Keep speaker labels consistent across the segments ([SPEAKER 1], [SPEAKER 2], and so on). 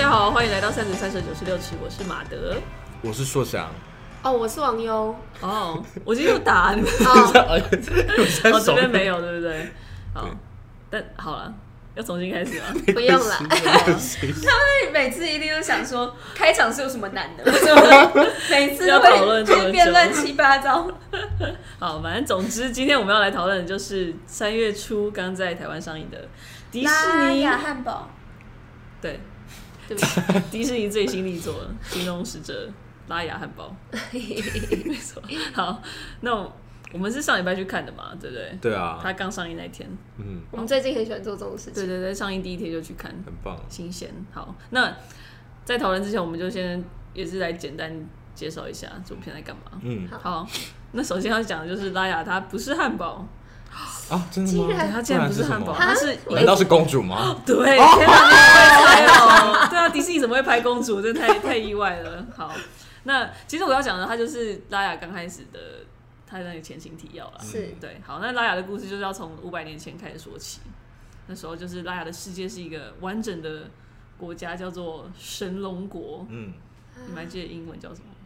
[SPEAKER 1] 家好，欢迎来到30、30、96尺，我是马德，
[SPEAKER 2] 我是硕翔。
[SPEAKER 3] 哦，我是王优。
[SPEAKER 1] 哦，我今天有打你们，
[SPEAKER 2] 我
[SPEAKER 1] 这边没有，对不对？好，但好了，要重新开始吗？
[SPEAKER 3] 不用了。
[SPEAKER 2] 他们
[SPEAKER 3] 每次一定都想说，开场是有什么难的？为什么每次都会
[SPEAKER 1] 讨论这么久
[SPEAKER 3] 变乱七八糟？
[SPEAKER 1] 好，反正总之，今天我们要来讨论的就是3月初刚在台湾上映的迪士尼
[SPEAKER 3] 拉雅汉堡。
[SPEAKER 1] 对，
[SPEAKER 3] 对不起，
[SPEAKER 1] 迪士尼最新力作《金融使者》拉雅汉堡，没错。好，那我们是上礼拜去看的嘛，对不对？
[SPEAKER 2] 对啊，
[SPEAKER 1] 他刚上映那天，
[SPEAKER 3] 我们最近很喜欢做这种事情。
[SPEAKER 1] 对对对，上映第一天就去看，
[SPEAKER 2] 很棒，
[SPEAKER 1] 新鲜。好，那在讨论之前，我们就先也是来简单介绍一下这部片在干嘛。好，那首先要讲的就是拉雅，它不是汉堡。
[SPEAKER 2] 啊，真的吗？
[SPEAKER 1] 它竟然不是汉堡，它是
[SPEAKER 2] 难道是公主吗？
[SPEAKER 1] 对，天哪，你怎么会猜哦？对啊，迪士尼怎么会拍公主？真的太意外了。好，那其实我要讲的，它就是拉雅刚开始的，它那个前情提要啦。
[SPEAKER 3] 是，
[SPEAKER 1] 对。好，那拉雅的故事就是要从500年前开始说起。那时候就是拉雅的世界是一个完整的国家，叫做神龙国。你们还记得英文叫什么？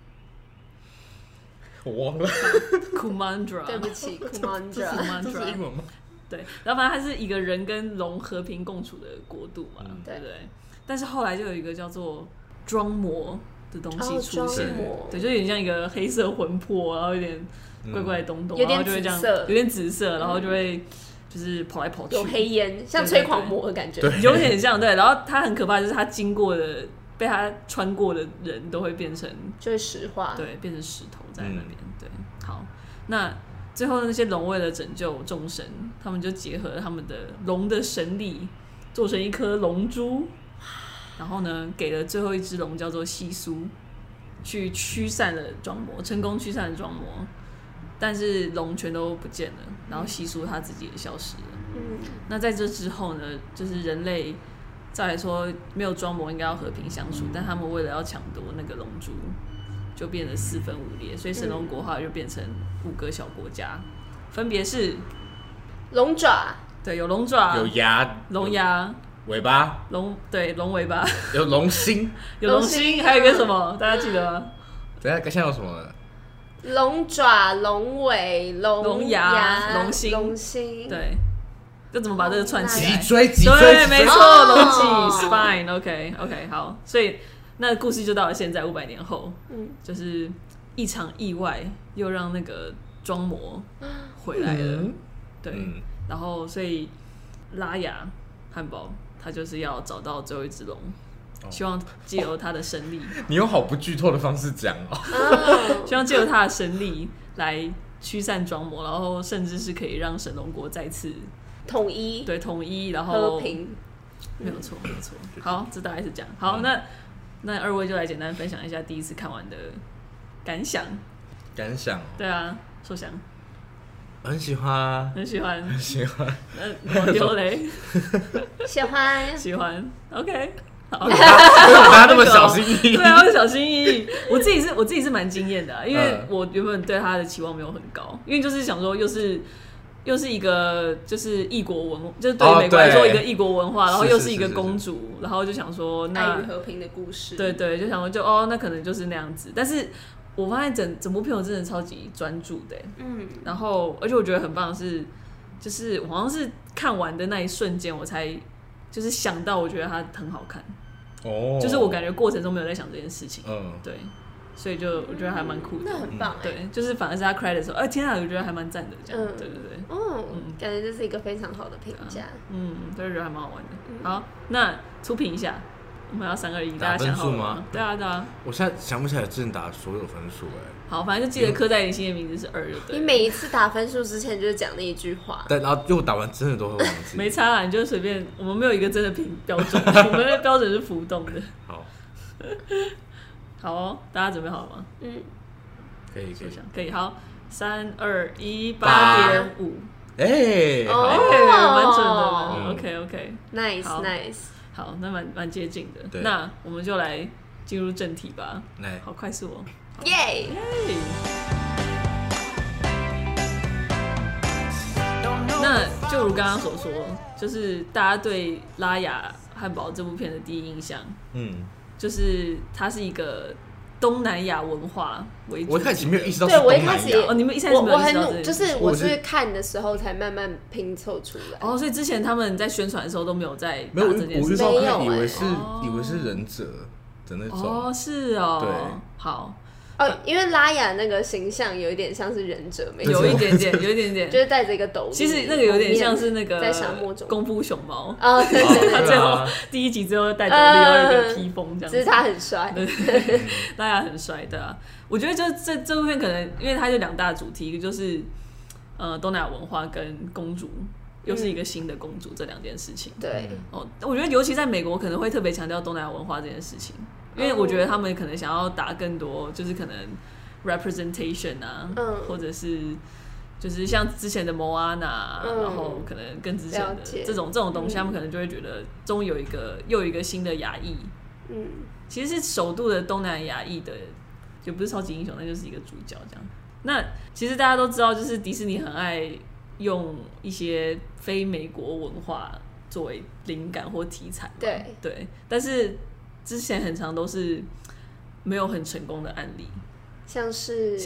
[SPEAKER 2] 我忘了
[SPEAKER 1] Kumandra。
[SPEAKER 3] 对不起，Kumandra。
[SPEAKER 2] 这是英文吗？
[SPEAKER 1] 对，然后反正它是一个人跟龙和平共处的国度嘛，对不对？但是后来就有一个叫做装魔的东西出现，对，就有点像一个黑色魂魄，然后有点怪怪的东东，然后就会这样，有点紫色，然后就会就是跑来跑去，
[SPEAKER 3] 有黑烟，像吹狂魔的感觉，
[SPEAKER 1] 对，有点像对。然后它很可怕，就是它经过的、被它穿过的人都会变成，
[SPEAKER 3] 就会石化，
[SPEAKER 1] 对，变成石头在那边。对，好，那最后那些龙为了拯救众神，他们就结合了他们的龙的神力，做成一颗龙珠，然后呢，给了最后一只龙叫做西苏，去驱散了装魔，成功驱散了装魔，但是龙全都不见了，然后西苏他自己也消失了。那在这之后呢，就是人类照来说没有装魔应该要和平相处，但他们为了要抢夺那个龙珠，就变得四分五裂，所以神龙国后来就变成5个小国家，分别是
[SPEAKER 3] 龙爪，对，
[SPEAKER 1] 有龙爪，
[SPEAKER 2] 有牙，
[SPEAKER 1] 龙牙，
[SPEAKER 2] 尾巴，
[SPEAKER 1] 对，龙尾巴，
[SPEAKER 2] 有龙心，
[SPEAKER 1] 有龙心，还有一个什么？大家记得吗？
[SPEAKER 2] 等一下，现在有什么？
[SPEAKER 3] 龙爪、龙尾、
[SPEAKER 1] 龙牙、龙
[SPEAKER 3] 心，
[SPEAKER 1] 对。这怎么把这个串起来？
[SPEAKER 2] 脊椎，
[SPEAKER 1] 对，没错，龙脊 spine，OK， 好，所以那故事就到了现在500年后，就是一场意外又让那个装魔回来了，对，然后所以拉雅汉堡他就是要找到最后一只龙，希望借由他的神力，
[SPEAKER 2] 你用好不剧透的方式讲哦，
[SPEAKER 1] 希望借由他的神力来驱散装魔，然后甚至是可以让神龙国再次
[SPEAKER 3] 统一，
[SPEAKER 1] 对，统一，然后
[SPEAKER 3] 和平，
[SPEAKER 1] 没有错，没有错。好，这大概是这样。好，那二位就来简单分享一下第一次看完的感想。对啊，硕翔，
[SPEAKER 2] 很喜欢，
[SPEAKER 1] 很喜欢，
[SPEAKER 2] 很喜欢。
[SPEAKER 1] 王优嘞，
[SPEAKER 3] 喜欢
[SPEAKER 1] ，OK。好，
[SPEAKER 2] 他那么小心翼翼，
[SPEAKER 1] 对啊，小心翼翼。我自己是蛮惊艳的啊，因为我原本对他的期望没有很高，因为就是想说又是一个就是异国文化，就是对于美国来说一个异国文化，然后又是一个公主，然后就想说那
[SPEAKER 3] 爱与和平的故事，
[SPEAKER 1] 对，就想说那可能就是那样子。但是我发现整部片我真的超级专注的，然后而且我觉得很棒的是，就是我好像是看完的那一瞬间，我才就是想到，我觉得它很好看，就是我感觉过程中没有在想这件事情，对。所以就我觉得还蛮酷的，
[SPEAKER 3] 那很棒，
[SPEAKER 1] 对，就是反而是他 credit 的时候，天啊，我觉得还蛮赞的，这样，对，
[SPEAKER 3] 感觉这是一个非常好的评价，
[SPEAKER 1] 对，我觉得还蛮好玩的。好，那出评一下，我们要3、2、1，大家想好了吗？对啊。
[SPEAKER 2] 我现在想不起来之前打所有分数
[SPEAKER 1] 好，反正就记得刻在你心的名字是2，就对。
[SPEAKER 3] 你每一次打分数之前就讲那一句话，
[SPEAKER 2] 对，然后又打完真的都会忘记。
[SPEAKER 1] 没差啦，你就随便，我们没有一个真的标准，我们的标准是浮动的。
[SPEAKER 2] 好。
[SPEAKER 1] 好哦，大家准备好了吗？
[SPEAKER 2] 可以，
[SPEAKER 1] 好，3、2、1，8.5，蛮准的
[SPEAKER 3] ，OK，nice，
[SPEAKER 1] 好，那蛮接近的。那我们就来进入正题吧。好快速哦，
[SPEAKER 3] 耶！
[SPEAKER 1] 那就如刚刚所说，就是大家对拉雅汉堡这部片的第一印象，就是它是一个东南亚文化为主。
[SPEAKER 2] 我一开始没有意识到是东南亚。
[SPEAKER 3] 对，我一开始
[SPEAKER 1] 你们一开始没有意识到这件事，
[SPEAKER 3] 就是我是看的时候才慢慢拼凑出来。
[SPEAKER 1] 所以之前他们在宣传的时候都没有在打这件事。
[SPEAKER 2] 我预告片以为是忍者的那种。
[SPEAKER 1] 是哦。
[SPEAKER 2] 对，
[SPEAKER 1] 好。
[SPEAKER 3] 因为拉雅那个形象有一点像是忍者，
[SPEAKER 1] 有一点点，
[SPEAKER 3] 就是戴着一个斗笠。
[SPEAKER 1] 其实那个有点像是那个
[SPEAKER 3] 在沙漠中
[SPEAKER 1] 功夫熊猫
[SPEAKER 3] 对，
[SPEAKER 1] 他最后第一集最后戴斗笠，有一个披风这样子。
[SPEAKER 3] 只是他很帅，
[SPEAKER 1] 对，拉雅很帅，对啊。我觉得这部片可能因为它有2大主题，一个就是东南亚文化跟公主。又是一个新的公主，这2件事情。
[SPEAKER 3] 对，
[SPEAKER 1] 我觉得尤其在美国可能会特别强调东南亚文化这件事情，因为我觉得他们可能想要打更多，就是可能 representation 啊，或者是就是像之前的 Moana，然后可能更之前的这种东西，他们可能就会觉得终于又有一个新的亚裔，其实是首度的东南亚裔的，就不是超级英雄，那就是一个主角这样。那其实大家都知道，就是迪士尼很爱用一些非美国文化作为灵感或题材，对，但是之前很常都是没有很成功的案例，像是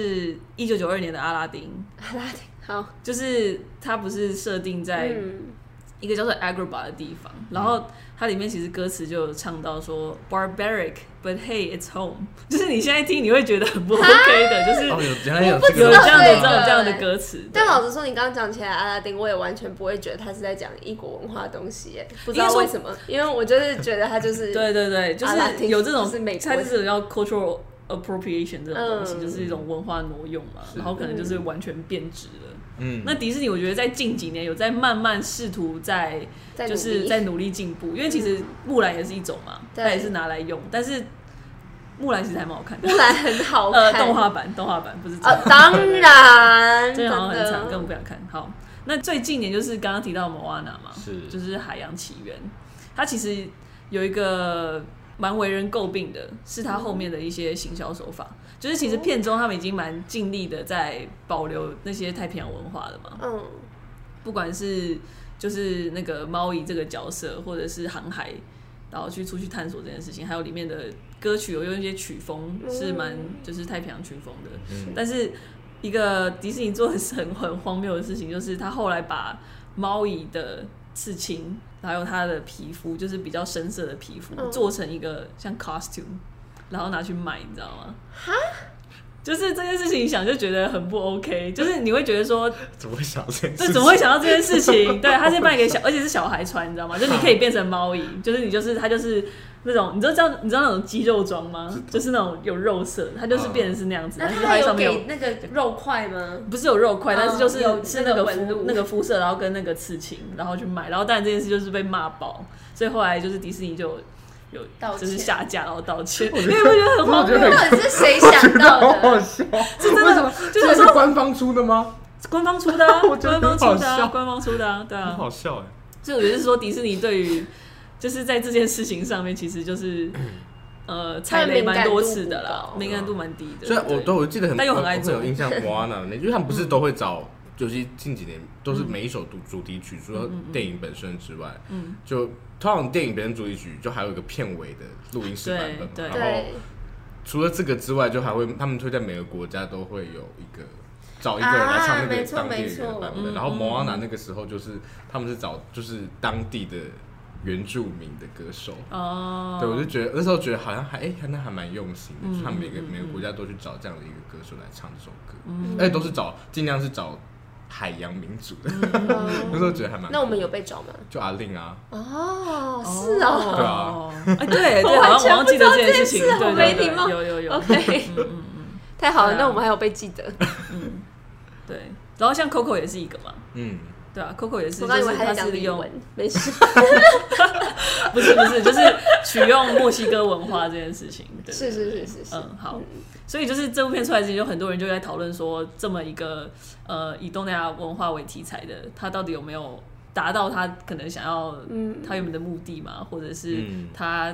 [SPEAKER 1] 1992年的阿拉丁，
[SPEAKER 3] 好，
[SPEAKER 1] 就是它不是设定在一个叫做 Agrabah 的地方，然后它里面其实歌词就有唱到说 barbaric but hey it's home， 就是你现在听你会觉得很不 OK 的，就是
[SPEAKER 2] 有这
[SPEAKER 1] 样的歌词。
[SPEAKER 3] 但老实说，你刚刚讲起来阿拉丁，我也完全不会觉得他是在讲异国文化的东西耶，不知道为什么，因为我就是觉得他就是
[SPEAKER 1] 对，就是有这种，
[SPEAKER 3] 他
[SPEAKER 1] 就是要 cultural appropriation 这种东西，就是一种文化挪用嘛，然后可能就是完全变质了。那迪士尼我觉得在近几年有在慢慢试图在努力进步，因为其实木兰也是一种嘛，它也是拿来用，但是木兰其实还蛮好看的，
[SPEAKER 3] 木兰很好看，
[SPEAKER 1] 动画版不是
[SPEAKER 3] 当然，
[SPEAKER 1] 真的好像很长，根本不想看。好，那最近年就是刚刚提到的 Moana 嘛，就是海洋起源，它其实有一个蛮为人诟病的，是它后面的一些行销手法。就是其实片中他们已经蛮尽力的在保留那些太平洋文化的嘛，不管是就是那个猫姨这个角色，或者是航海，然后出去探索这件事情，还有里面的歌曲有用一些曲风是蛮就是太平洋曲风的，但是一个迪士尼做的很荒谬的事情，就是他后来把猫姨的刺青，还有他的皮肤，就是比较深色的皮肤，做成一个像 costume。然后拿去卖，你知道吗？哈，就是这件事情想就觉得很不 OK， 就是你会觉得说
[SPEAKER 2] 怎么会想到这件事情？
[SPEAKER 1] 对，怎么会想到这件事情？对，他是卖给而且是小孩穿，你知道吗？就是你可以变成猫姨，就是他就是那种你知道那种肌肉装吗？就是那种有肉色，它就是变成是那样子。但是它
[SPEAKER 3] 有给那个肉块吗？
[SPEAKER 1] 不是有肉块，但是就是那个肤色，然后跟那个刺青，然后去卖。然后当然这件事就是被骂爆，所以后来就是迪士尼就有就是下架，然后道歉，因为我觉得很荒谬，
[SPEAKER 3] 到底是谁想到的？
[SPEAKER 2] 好笑，
[SPEAKER 1] 是真的，
[SPEAKER 2] 就是说官方出的吗？
[SPEAKER 1] 官方出的啊，
[SPEAKER 2] 我觉得很好笑，
[SPEAKER 1] 官方出的啊，对啊，
[SPEAKER 2] 很好笑哎。
[SPEAKER 1] 所以我觉得是说迪士尼对于就是在这件事情上面，其实就是踩雷蛮多次的啦，敏感度蛮低的。
[SPEAKER 2] 所以我记得
[SPEAKER 1] 但又很爱做，
[SPEAKER 2] 有印象 Moana 因为他们不是都会找。就是近几年都是每一首主题曲，除了电影本身之外，就通常电影本身主题曲就还有一个片尾的录音室版本嘛。然后除了这个之外，就还会他们会在每个国家都会有一个找一个人来唱那个当地的版本。然后 Moana 那个时候就是他们是找就是当地的原住民的歌手。对，我就觉得那时候觉得好像那还蛮用心的，就是他们每个国家都去找这样的一个歌手来唱这首歌，而且都是尽量是找海洋民族的，那时候觉得还蛮。
[SPEAKER 3] 那我们有被找吗？
[SPEAKER 2] 就阿令啊。
[SPEAKER 3] 是哦。
[SPEAKER 2] 对啊。
[SPEAKER 1] 对，好像忘记了这件事情，
[SPEAKER 3] 对
[SPEAKER 1] 没礼貌。有。
[SPEAKER 3] OK。太好了，那我们还有被记得。
[SPEAKER 1] 对。然后像 Coco 也是一个嘛。对啊 ，Coco 也是，就是他是利用，
[SPEAKER 3] 没事。
[SPEAKER 1] 不是，就是取用墨西哥文化这件事情。
[SPEAKER 3] 是。
[SPEAKER 1] 好。所以就是这部片出来之前，有很多人就在讨论说，这么一个以东南亚文化为题材的，它到底有没有达到他可能想要他原本的目的嘛？或者是他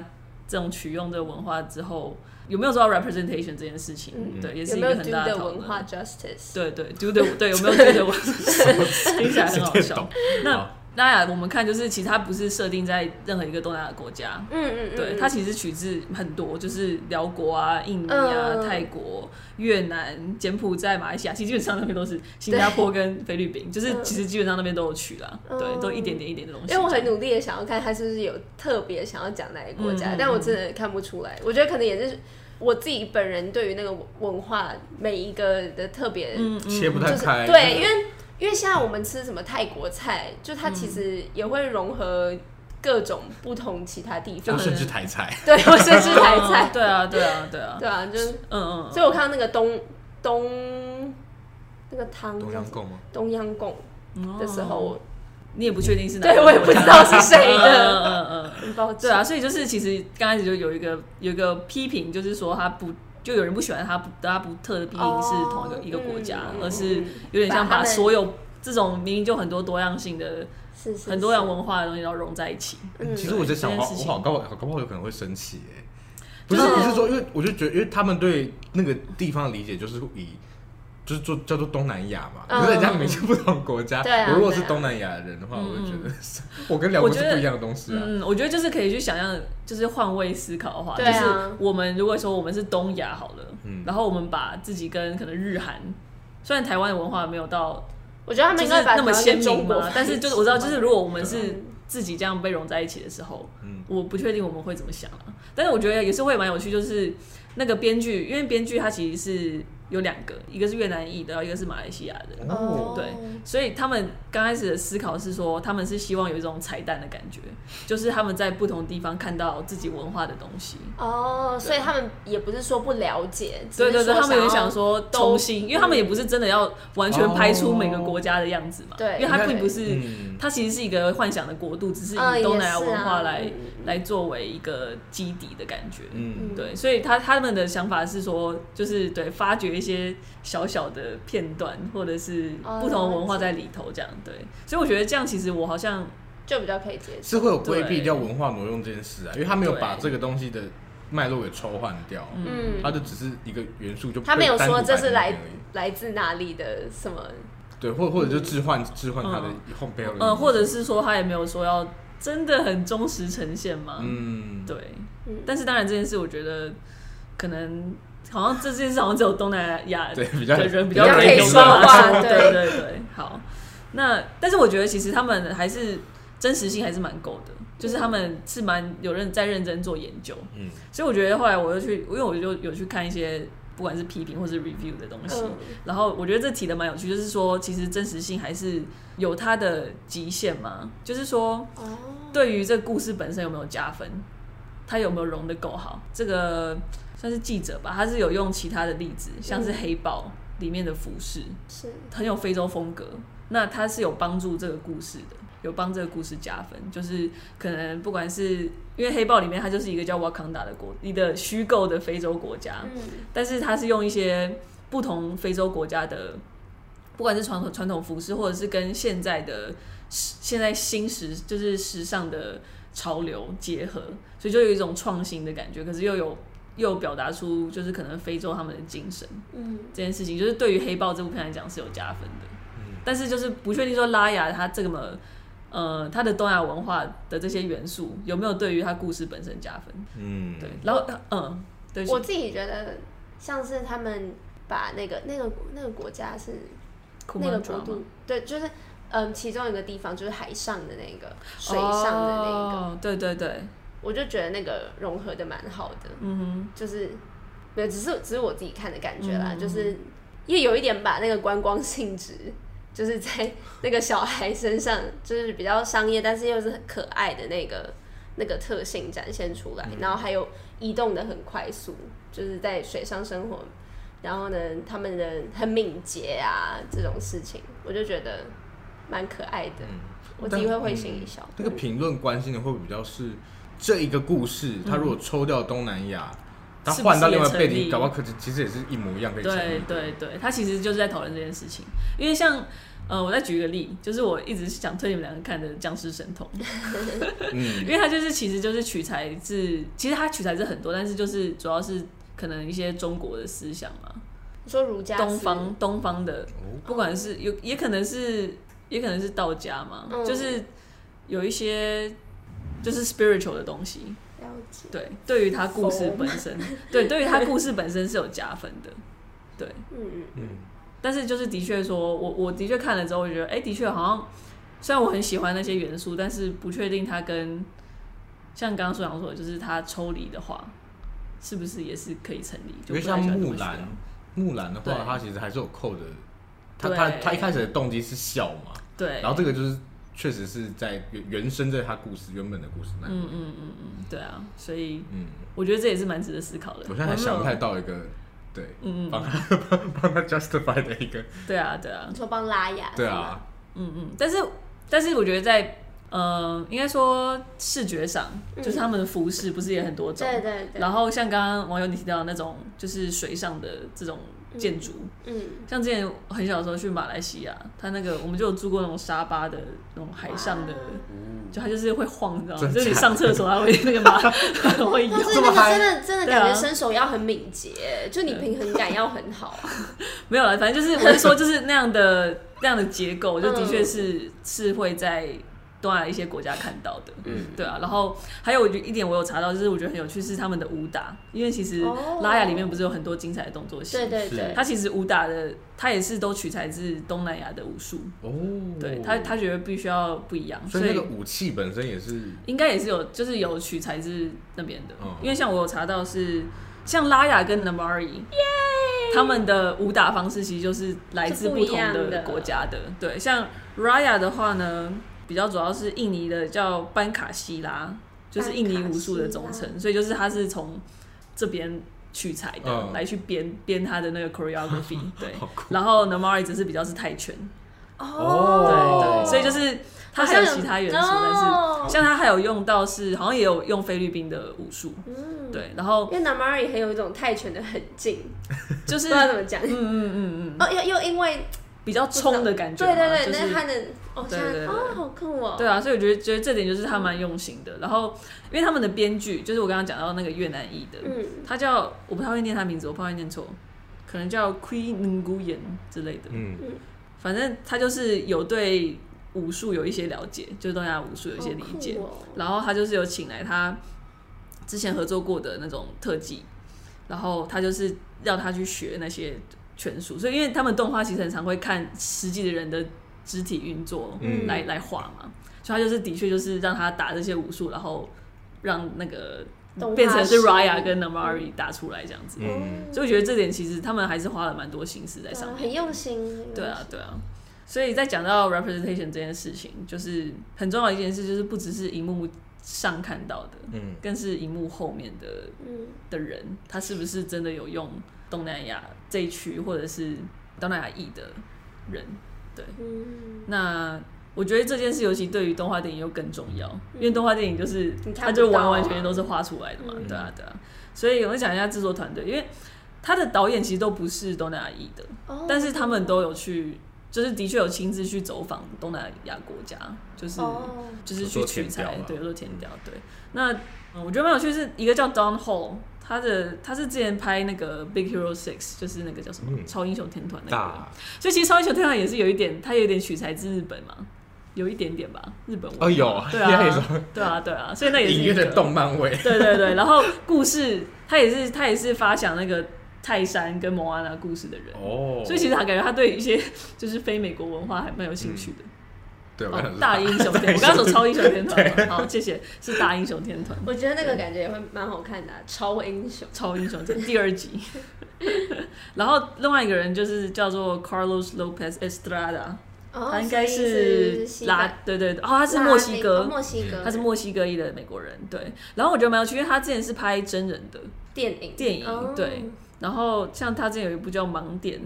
[SPEAKER 1] 这种取用的文化之后，有没有做到 representation 这件事情？对，也是一个很大的讨论。
[SPEAKER 3] 有没有 do the 文化 justice？
[SPEAKER 1] 对对 ，do the 对有没有 do the 文化？听起来很好笑。那当然，我们看就是其实它不是设定在任何一个东南亚国家，对，它其实取自很多，就是辽国啊、印尼啊、泰国、越南、柬埔寨、马来西亚，其实基本上那边都是新加坡跟菲律宾，就是其实基本上那边都有取啦，对，都一点点的东西。
[SPEAKER 3] 因为我很努力的想要看它是不是有特别想要讲哪个国家，但我真的看不出来。我觉得可能也是我自己本人对于那个文化每一个的特别
[SPEAKER 2] 切不太开，
[SPEAKER 3] 对，因为现在我们吃什么泰国菜，就它其实也会融合各种不同其他地方，
[SPEAKER 2] 甚至台菜，
[SPEAKER 3] 对，我甚至台菜，
[SPEAKER 1] 对啊，
[SPEAKER 3] 就是所以我看到那个那个汤
[SPEAKER 2] 东央贡吗？
[SPEAKER 3] 东央贡的时候，
[SPEAKER 1] 你也不确定是哪个，
[SPEAKER 3] 对我也不知道是谁的，很抱歉。
[SPEAKER 1] 对啊，所以就是其实刚开始就有一个批评，就是说他不。就有人不喜欢他不特批评是同一个国家，而是有点像把所有这种明明就很多多样性的、很多样文化的东西都融在一起。
[SPEAKER 2] 其实我在想，我搞不好有可能会生气哎，不是说，因为我就觉得，因为他们对那个地方的理解就是就是叫做东南亚嘛，可是人家明明是不同国家。我如果是东南亚的人的话，我就觉得我跟辽国是不一样的东西啊。
[SPEAKER 1] 我觉得就是可以去想象，就是换位思考的话，就是我们如果说我们是东亚好了，然后我们把自己跟可能日韩，虽然台湾的文化没有到，
[SPEAKER 3] 我觉得他们应该把
[SPEAKER 1] 那么鲜明嘛，但是就是我知道，就是如果我们是自己这样被融在一起的时候，我不确定我们会怎么想啊。但是我觉得也是会蛮有趣，就是那个编剧，因为编剧他其实是有2个，一个是越南裔的，一个是马来西亚的，对，所以他们刚开始的思考是说，他们是希望有一种彩蛋的感觉，就是他们在不同地方看到自己文化的东西。
[SPEAKER 3] 所以他们也不是说不了解，
[SPEAKER 1] 对，他们也想说重新，因为他们也不是真的要完全拍出每个国家的样子嘛，对，因为它并不是，它其实是一个幻想的国度，只是以东南亚文化来作为一个基底的感觉，对，所以他们的想法是说，就是对发掘一些小小的片段，或者是不同的文化在里头，这样对，所以我觉得这样其实我好像
[SPEAKER 3] 就比较可以接受，
[SPEAKER 2] 是会有规避掉文化挪用这件事啊，因为他没有把这个东西的脉络给抽换掉，它就只是一个元素，就
[SPEAKER 3] 他没有说这是来自哪里的什么，
[SPEAKER 2] 对，或者就置换它的后背后，
[SPEAKER 1] 或者是说他也没有说要真的很忠实呈现嘛，对，但是当然这件事我觉得可能。好像这件事好像只有东南亚的人比较可以说话，对，好。那但是我觉得其实他们还是真实性还是蛮够的，就是他们是蛮有在认真做研究，所以我觉得后来我就去，因为我就有去看一些不管是批评或是 review 的东西，然后我觉得这提的蛮有趣，就是说其实真实性还是有它的极限嘛，就是说对于这个故事本身有没有加分，它有没有融得够好，这个。算是记者吧，他是有用其他的例子，像是黑豹里面的服饰，是很有非洲风格。那他是有帮助这个故事的，有帮这个故事加分。就是可能不管是因为黑豹里面它就是一个叫瓦坎达的一个虚构的非洲国家，但是他是用一些不同非洲国家的，不管是传统服饰，或者是跟现在新就是时尚的潮流结合，所以就有一种创新的感觉，可是又有表达出就是可能非洲他们的精神，这件事情就是对于黑豹这部片来讲是有加分的，但是就是不确定说拉雅他这么他的东亚文化的这些元素有没有对于他故事本身加分，对，然后对，
[SPEAKER 3] 我自己觉得像是他们把那个国家是那个国度，对，就是其中一个地方就是海上的那个水上的那个，
[SPEAKER 1] 对。
[SPEAKER 3] 我就觉得那个融合的蛮好的，就是没有，只是我自己看的感觉啦，就是也有一点把那个观光性质，就是在那个小孩身上，就是比较商业，但是又是很可爱的那个特性展现出来，然后还有移动的很快速，就是在水上生活，然后呢，他们的很敏捷啊这种事情，我就觉得蛮可爱的，我自己会心一笑。
[SPEAKER 2] 那个评论关心的会不会比较是？这一个故事，他如果抽掉东南亚，他换到另外背景，搞不好其实也是一模一样可以成立。
[SPEAKER 1] 对，他其实就是在讨论这件事情。因为像我再举一个例，就是我一直想推你们两个看的《僵尸神童》，因为它其实就是取材自，其实它取材自很多，但是就是主要是可能一些中国的思想嘛。
[SPEAKER 3] 你说儒家
[SPEAKER 1] 东方的，不管是也可能是道家嘛，就是有一些就是 spiritual 的东西。
[SPEAKER 3] 了解。
[SPEAKER 1] 对，对于他故事本身，对于他故事本身是有加分的。对，但是就是的确说，我的确看了之后，我觉得，的确好像，虽然我很喜欢那些元素，但是不确定它跟像刚刚所讲说的，就是它抽离的话，是不是也是可以成立？
[SPEAKER 2] 因为像木兰的话，它其实还是有扣的，它一开始的动机是笑嘛，
[SPEAKER 1] 对，
[SPEAKER 2] 然后这个就是确实是在原生在它原本的故事那里，
[SPEAKER 1] 对啊，所以我觉得这也是蛮值得思考的。
[SPEAKER 2] 我现在还想不太到一个。对，帮他 justify 的一个，
[SPEAKER 1] 对啊，
[SPEAKER 3] 你说帮拉雅，
[SPEAKER 2] 对啊，
[SPEAKER 1] 但是我觉得在应该说视觉上，就是他们的服饰不是也很多种，
[SPEAKER 3] 对，
[SPEAKER 1] 然后像刚刚网友你提到的那种，就是水上的这种建筑，像之前很小的时候去马来西亚，他那个我们就有住过那种沙巴的那种海上的。就它就是会晃，你知道吗？就是你上厕所，它会那个马会摇。
[SPEAKER 3] 但是那个真的感觉身手要很敏捷，就你平衡感要很好啊。
[SPEAKER 1] 没有啦，反正就是我是说，就是那样的结构，就的确是会在东南亚一些国家看到的。对啊。然后还有一点我有查到，就是我觉得很有趣是他们的武打，因为其实拉雅里面不是有很多精彩的动作戏，
[SPEAKER 3] 对，
[SPEAKER 1] 它其实武打的它也是都取材自东南亚的武术。对，他觉得必须要不一样，
[SPEAKER 2] 所以那个武器本身也是
[SPEAKER 1] 应该也是就是有取材自那边的。因为像我有查到是像拉雅跟 Namari， 他们的武打方式其实就是来自不同的国家的。对，像 Raya 的话呢，比较主要是印尼的叫班卡西拉，就是印尼武术的总称，所以就是他是从这边取材的，来去编他的那个 choreography。对，然后 Namari 只是比较是泰拳。对，所以就是他还有其他元素，但是像他还有用到是好像也有用菲律宾的武术。对，然后
[SPEAKER 3] 因为 Namari 很有一种泰拳的狠劲，
[SPEAKER 1] 就是
[SPEAKER 3] 不知道怎么讲。又因为
[SPEAKER 1] 比较冲的感觉。
[SPEAKER 3] 对，
[SPEAKER 1] 就是、
[SPEAKER 3] 那他的对，好酷哦。
[SPEAKER 1] 对啊，所以我觉得这点就是他蛮用心的。然后因为他们的编剧就是我刚刚讲到那个越南裔的，他叫我不太会念他名字，我怕会念错，可能叫 Quy Nguyen 之类的。反正他就是有对武术有一些了解，就是东南亚武术有一些理解，然后他就是有请来他之前合作过的那种特技，然后他就是让他去学那些拳术，所以因为他们动画其实很常会看实际的人的肢体运作来画嘛，所以他就是的确就是让他打这些武术，然后让那个变成是 Raya 跟 Namari 打出来这样子。所以我觉得这点其实他们还是花了蛮多心思在上面，
[SPEAKER 3] 很用心。
[SPEAKER 1] 对啊。所以在讲到 representation 这件事情，就是很重要的一件事，就是不只是荧幕上看到的，更是荧幕后面的人，他是不是真的有用东南亚这一区或者是东南亚裔的人？对，那我觉得这件事尤其对于动画电影又更重要，因为动画电影就是它就完全都是画出来的嘛。对啊。所以我们讲一下制作团队，因为他的导演其实都不是东南亚裔的，但是他们都有去。就是的确有亲自去走访东南亚国家，就是去取材，对，有做填调，对。那我觉得蛮有趣，是一个叫 Don Hall， 他是之前拍那个 Big Hero 6，就是那个叫什么超英雄天团那个，所以其实超英雄天团也是有一点，他有点取材自日本嘛，有一点点吧，日本文化。
[SPEAKER 2] 有，
[SPEAKER 1] 对啊，所以那也是
[SPEAKER 2] 隐约的动漫味。
[SPEAKER 1] 对，然后故事他也是发想那个。泰山跟摩阿那故事的人，所以其实他感觉他对一些就是非美国文化还蛮有兴趣的。
[SPEAKER 2] 对，
[SPEAKER 1] 大英雄天团，我刚刚说超英雄天团，好，谢谢，是大英雄天团。
[SPEAKER 3] 我觉得那个感觉也会蛮好看的，超英雄
[SPEAKER 1] 天第2集。然后另外一个人就是叫做 Carlos Lopez Estrada，他应该是对，他是墨西哥，他是墨西哥裔的美国人，对。然后我觉得蛮有趣，因为他之前是拍真人的电影，对。然后像他之前有一部叫《盲点》，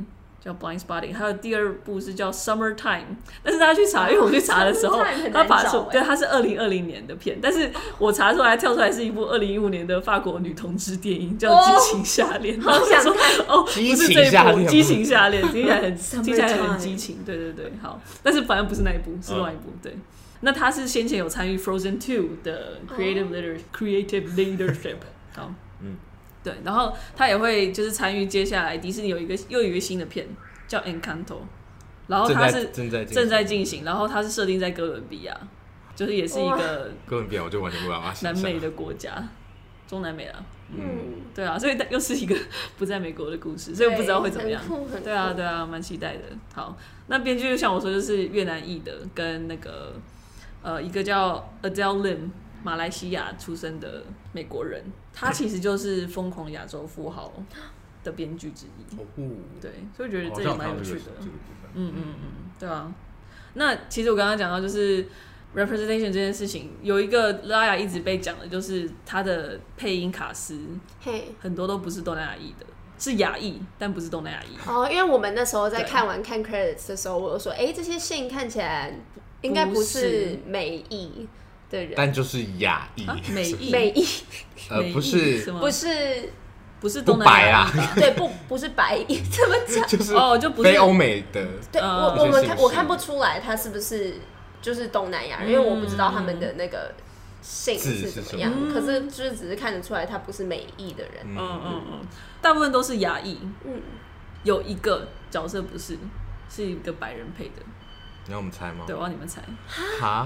[SPEAKER 1] 叫 Blind Spotting， 还有第2部是叫 Summertime， 但是大家去查，因为我去查的时候，他爬出对它是2020年的片，但是我查出来跳出来是一部2015年的法国女同志电影，叫《激情夏恋》。
[SPEAKER 3] 好想看
[SPEAKER 1] 哦，不是这一部《激情夏恋》，听起来很激情，对对对，好，但是反正不是那一部，是另外一部，对。那他是先前有参与 Frozen 2的 creative leadership， 好，对，然后他也会就是参与接下来迪士尼又有一个新的片叫 Encanto， 然后他是正在进行，然后他是设定在哥伦比亚，就是也是一个
[SPEAKER 2] 哥伦比亚，我就完全不知道
[SPEAKER 1] 南美的国家，中南美啦，对啊，所以又是一个不在美国的故事，所以我不知道会怎么样，对啊对啊，蛮期待的。好，那编剧就像我说，就是越南裔的跟那个一个叫 Adele Lim。马来西亚出生的美国人，他其实就是《疯狂亚洲富豪》的编剧之一。对，所以我觉得这也蛮有趣的。对啊。那其实我刚刚讲到，就是 representation 这件事情，有一个拉雅一直被讲的，就是他的配音卡司，很多都不是东南亚裔的，是亚裔，但不是东南亚裔。
[SPEAKER 3] 哦，因为我们那时候在看 credits 的时候，我有说，这些姓看起来应该不是美裔。
[SPEAKER 2] 但就是亚裔，
[SPEAKER 3] 美裔，
[SPEAKER 1] 不是东南亚裔，
[SPEAKER 3] 对，不是白裔，怎么讲？
[SPEAKER 2] 就是
[SPEAKER 1] 就不是
[SPEAKER 2] 非欧美的。
[SPEAKER 3] 对，我看不出来他是不是就是东南亚人，因为我不知道他们的那个姓是怎么样，可是就是只是看得出来他不是美裔的人。
[SPEAKER 1] 大部分都是亚裔。有一个角色不是，是一个白人配的。
[SPEAKER 2] 你要我们猜吗？
[SPEAKER 1] 对，我要你们猜。
[SPEAKER 2] 哈？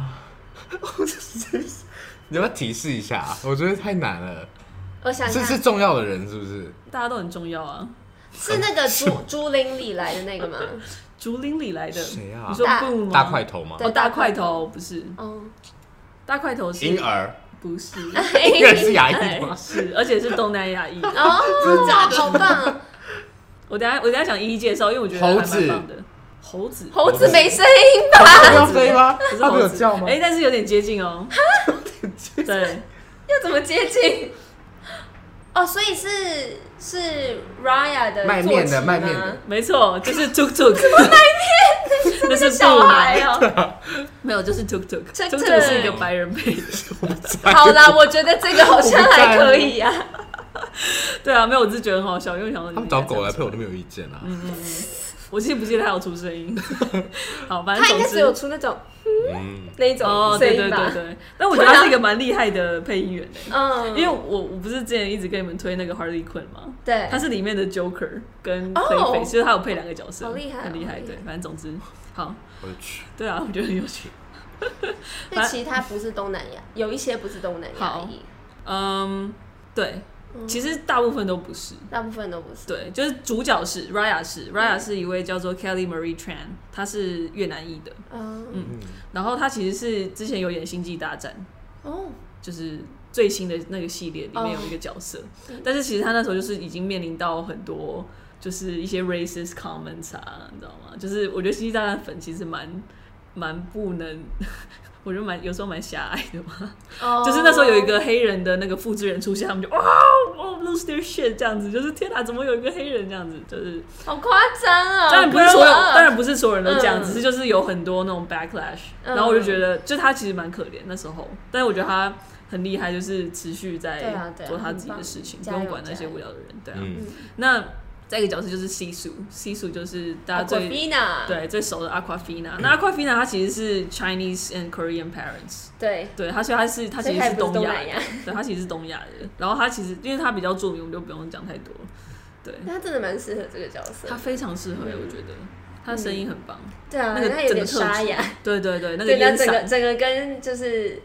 [SPEAKER 2] 你要不要提示一下？我觉得太难了。
[SPEAKER 3] 我想
[SPEAKER 2] 是重要的人是不是？
[SPEAKER 1] 大家都很重要啊。
[SPEAKER 3] 是那个竹林里来的那个吗？
[SPEAKER 1] 竹林里来的
[SPEAKER 2] 谁啊？
[SPEAKER 1] 你说 Boom 吗？
[SPEAKER 2] 大块头吗？
[SPEAKER 1] 大块头不是。大块头是
[SPEAKER 2] 婴儿，
[SPEAKER 1] 不是。
[SPEAKER 2] 婴儿是亚裔吗？
[SPEAKER 1] 是，而且是东南亚裔。
[SPEAKER 3] 真的假的？好棒啊！
[SPEAKER 1] 我等一下想一一介绍，因为我觉得还蛮棒的。猴子没声
[SPEAKER 3] 音吧？
[SPEAKER 2] 没有声音吗？
[SPEAKER 1] 他
[SPEAKER 2] 没有叫吗？
[SPEAKER 1] 但是有点接近哦。对，
[SPEAKER 3] 要怎么接近？所以是 Raya 的
[SPEAKER 2] 卖面的，
[SPEAKER 1] 没错，就是 Tuk Tuk。
[SPEAKER 3] 什么卖面？那是小孩哦。
[SPEAKER 1] 没有，就是 Tuk Tuk 是一个白人配的。
[SPEAKER 3] 好啦，我觉得这个好像还可以啊。
[SPEAKER 1] 对啊，没有，我只是觉得很好笑，因为想说
[SPEAKER 2] 他们找狗来配我都没有意见啊。
[SPEAKER 1] 我记不记得他有出声音？好，反正
[SPEAKER 3] 他应该只有出那种那一种声音吧。
[SPEAKER 1] 对。但我觉得他是一个蛮厉害的配音员因为我不是之前一直跟你们推那个 Harley Quinn 吗？
[SPEAKER 3] 对，
[SPEAKER 1] 他是里面的 Joker 跟 Clayface，就是他有配2个角色，
[SPEAKER 3] 好厉害，
[SPEAKER 1] 很厉害。对，反正总之好。
[SPEAKER 2] 有趣。
[SPEAKER 1] 对啊，我觉得很有趣。
[SPEAKER 3] 那其他不是东南亚，有一些不是东南亚裔。
[SPEAKER 1] 对。其实大部分都不是，对，就是主角是 Raya 是一位叫做 Kelly Marie Tran， 她是越南裔的，然后她其实是之前有演《星际大战》，就是最新的那个系列里面有一个角色，但是其实她那时候就是已经面临到很多就是一些 racist comments 啊，你知道吗？就是我觉得《星际大战》粉其实蛮不能。我觉得有时候蛮狭隘的嘛，就是那时候有一个黑人的那个复制人出现，他们就lose their shit 这样子，就是天哪，怎么有一个黑人这样子，就是
[SPEAKER 3] 好夸张啊！
[SPEAKER 1] 当然不是所有人都这样，只是就是有很多那种 backlash，然后我就觉得，就他其实蛮可怜那时候，但是我觉得他很厉害，就是持续在做他自己的事情，不用管那些无聊的人，对啊，那。再一个角色就是 Sisu 就是大家最熟的 Awkwafina。那 Awkwafina 她其实是 Chinese and Korean parents， 对，她其实是东亚人，对，她其实是东亚人。然后她其实因为她比较著名，我们就不用讲太多。对，
[SPEAKER 3] 她真的蛮适合这个角色，
[SPEAKER 1] 她非常适合，我觉得她声音很棒。
[SPEAKER 3] 对啊，那个有点沙哑。
[SPEAKER 1] 对，那个烟嗓
[SPEAKER 3] 整个跟就是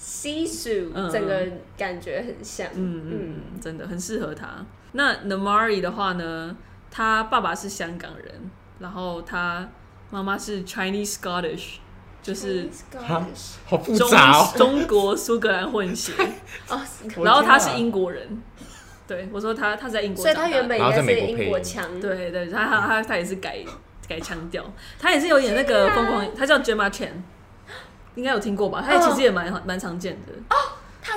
[SPEAKER 3] Sisu整个感觉很像。
[SPEAKER 1] 真的很适合她。那 Namaari 的话呢，他爸爸是香港人，然后他妈妈是 Chinese Scottish， 就是
[SPEAKER 2] 好复杂哦，
[SPEAKER 1] 中国苏格兰混血。然后他是英国人，对我说他是在英国长大的，
[SPEAKER 3] 所以他原本应该是英国腔。
[SPEAKER 1] 对，他也是改腔调，他也是有点那个疯狂，他叫 Gemma Chan， 应该有听过吧？他其实也蛮常见的。
[SPEAKER 3] 他是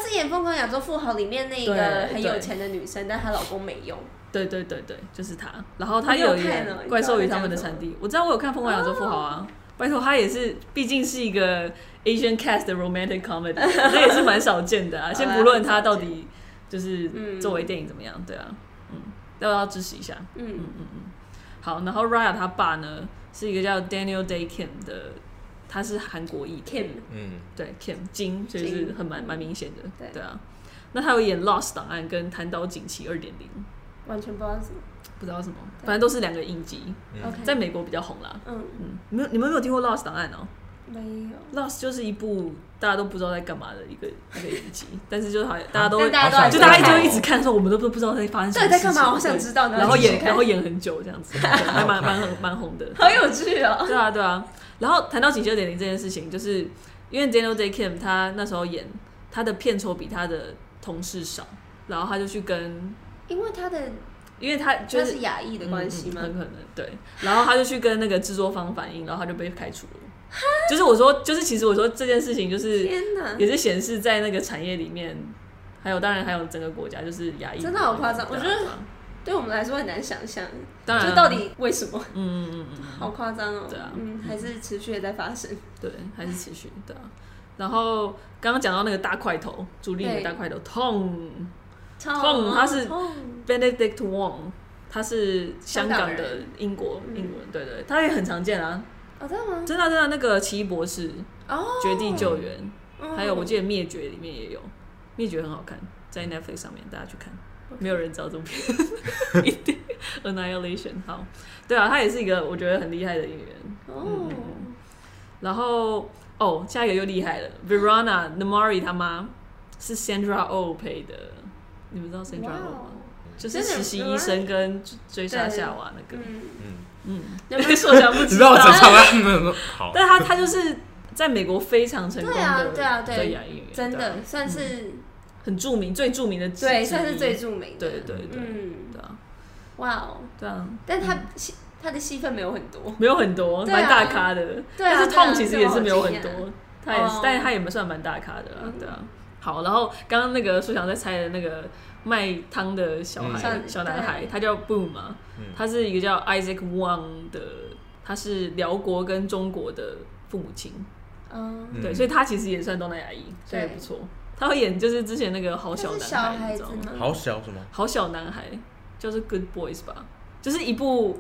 [SPEAKER 3] 是演《疯狂亚洲富豪》里面那个很有钱的女生，但她老公没用。
[SPEAKER 1] 对，就是她。然后她有演《怪兽与他们的产地》，我知道我有看《疯狂亚洲富豪》啊。拜托，她也是，毕竟是一个 Asian cast 的 romantic comedy， 这也是蛮少见的啊。先不论她到底就是作为电影怎么样，对啊，要支持一下。好，然后 Raya 他爸呢是一个叫 Daniel Day Kim 的，他是韩国裔
[SPEAKER 3] Kim，
[SPEAKER 1] 对 Kim 金，所以是蛮明显的，对啊。那他有演 Lost 档案跟弹岛锦旗 2.0，
[SPEAKER 3] 完全不知道什么，
[SPEAKER 1] 反正都是2个影集，在美国比较红啦。你们有没有听过 Lost 档案哦？
[SPEAKER 3] 没有。
[SPEAKER 1] Lost 就是一部大家都不知道在干嘛的一个影集，但是就好像大家都一直看的时候，我们都不知道在发生什么事情，
[SPEAKER 3] 在干嘛？我想知道。
[SPEAKER 1] 然后演很久这样子，还蛮红的，
[SPEAKER 3] 好有趣哦。
[SPEAKER 1] 对啊。然后谈到锦旗 2.0 这件事情，就是因为 Daniel Day Kim 他那时候演他的片酬比他的同事少，然后他就去跟，
[SPEAKER 3] 因为他就是亚裔的关系吗？
[SPEAKER 1] 很可能对。然后他就去跟那个制作方反映，然后他就被开除了。其实我说这件事情就是也是显示在那个产业里面，当然还有整个国家就是亚裔，
[SPEAKER 3] 真的好夸张。我觉得对我们来说很难想象，
[SPEAKER 1] 当然
[SPEAKER 3] 就到底为什么？好夸张哦。对啊，还是持续的在发生。
[SPEAKER 1] 对，还是持续对啊。然后刚刚讲到那个大块头，朱莉的大块头痛，他是 Benedict Wong， 他是香港的英文，对，他也很常见啊。
[SPEAKER 3] 真的吗？
[SPEAKER 1] 真的，那个奇异博士，绝地救援，还有我记得灭绝里面也有，灭绝很好看，在 Netflix 上面大家去看，没有人知道这部片，一定 Annihilation 好，对啊，他也是一个我觉得很厉害的演员。然后下一个又厉害了 ，Verona Nemari 他妈是 Sandra Oh 配的，你们知道 Sandra Oh 吗？就是实习医生跟追杀夏娃那个。有没有说想不知道？
[SPEAKER 2] 你知道我常常好，
[SPEAKER 1] 但他就是在美国非常成功的的亚裔演员，
[SPEAKER 3] 真的算是
[SPEAKER 1] 很著名，最著名的，
[SPEAKER 3] 对，算是最著名的，
[SPEAKER 1] 对啊，
[SPEAKER 3] 哇哦，
[SPEAKER 1] 对啊，
[SPEAKER 3] 但他的戏份没有很多，
[SPEAKER 1] 蛮大咖的，但是 Tom 其实也是没有很多，他也是，但是他也算蛮大咖的啦，对啊。好，然后刚刚那个苏翔在猜的那个卖汤的小男孩，他叫 Boom 嘛，他是一个叫 Isaac Wang 的，他是辽国跟中国的父母亲，对，所以他其实也算东南亚裔，所以也不错。他会演就是之前那个好小男孩，你知道吗？
[SPEAKER 2] 好小什么？
[SPEAKER 1] 好小男孩，就是 Good Boys 吧，就是一部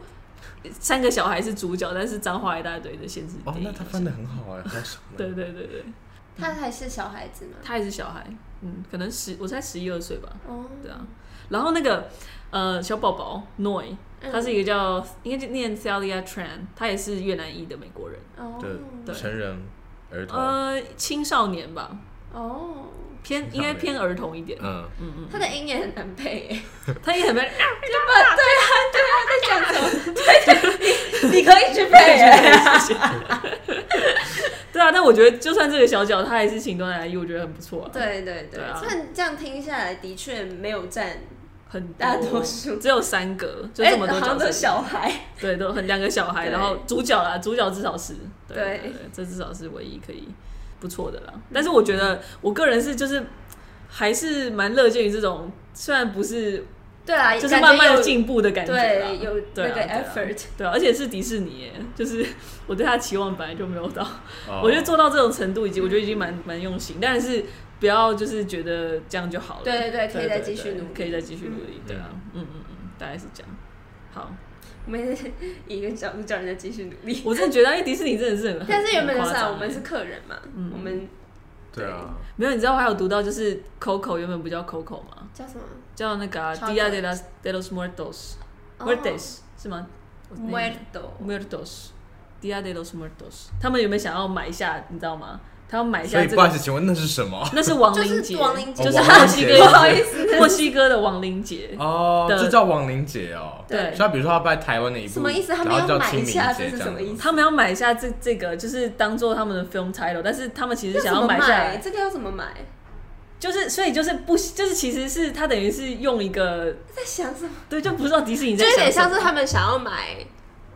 [SPEAKER 1] 3个小孩是主角，但是脏话一大堆的现实电影。
[SPEAKER 2] 那他翻得很好哎，好小。
[SPEAKER 1] 对。
[SPEAKER 3] 他还是小孩子吗？
[SPEAKER 1] 他还是小孩，可能我才11、12岁吧。对啊。然后那个小宝宝 Noi， 他是一个叫应该念 Celia Tran， 他也是越南裔的美国人。
[SPEAKER 2] 对，成人儿童。
[SPEAKER 1] 青少年吧。应该偏儿童一点。
[SPEAKER 3] 他的音也很难配耶。
[SPEAKER 1] 他音很难配。
[SPEAKER 3] 对啊，在讲什么？对，你可以去配耶。
[SPEAKER 1] 对啊，但我觉得就算这个小角，他还是请东南亚裔，我觉得很不错啊。
[SPEAKER 3] 对，虽然这样听下来，的确没有占
[SPEAKER 1] 很
[SPEAKER 3] 大多数，
[SPEAKER 1] 只有3个，就这么多角色。
[SPEAKER 3] 小孩，
[SPEAKER 1] 对，都2个小孩，然后主角至少是，对，这至少是唯一可以不错的啦。但是我觉得我个人是就是还是蛮乐见于这种，虽然不是。
[SPEAKER 3] 对啊，
[SPEAKER 1] 就是慢慢的进步的感觉，
[SPEAKER 3] 对，有那个 effort，
[SPEAKER 1] 对啊，而且是迪士尼耶，就是我对他的期望本来就没有到，我觉得做到这种程度，我觉得已经蛮用心，但是不要就是觉得这样就好了，
[SPEAKER 3] 对，可以再继续努力，
[SPEAKER 1] 对啊，大概是这样。好，
[SPEAKER 3] 我们以一个角度叫人家继续努力，
[SPEAKER 1] 我真的觉得，因为迪士尼真的是很，
[SPEAKER 3] 但是原本就是我们是客人嘛，我们。
[SPEAKER 2] 对啊，
[SPEAKER 1] 没有，你知道我还有读到就是 Coco 原本不叫 Coco 吗？
[SPEAKER 3] 叫什么？
[SPEAKER 1] 叫那个 Dia de los Muertos，Muertes 是吗 ？Muertos，Dia de los Muertos。他们有没有想要买下？你知道吗？他要买下这个。
[SPEAKER 2] 不好意思，请问那是什么？
[SPEAKER 1] 那是亡灵节，就是墨西哥的亡灵节。
[SPEAKER 2] 就叫亡灵节哦。
[SPEAKER 1] 对，
[SPEAKER 2] 像比如说他拍台湾的一部，
[SPEAKER 3] 什么意思？他们要买下这是什么意思？
[SPEAKER 1] 他们要买下这个，就是当做他们的 film title， 但是他们其实想要买下来。
[SPEAKER 3] 这个要怎么买？
[SPEAKER 1] 所以就是不，就是其实是他等于是用一个
[SPEAKER 3] 在想什么？
[SPEAKER 1] 对，就不知道迪士尼在想什么，
[SPEAKER 3] 就有点像是他们想要买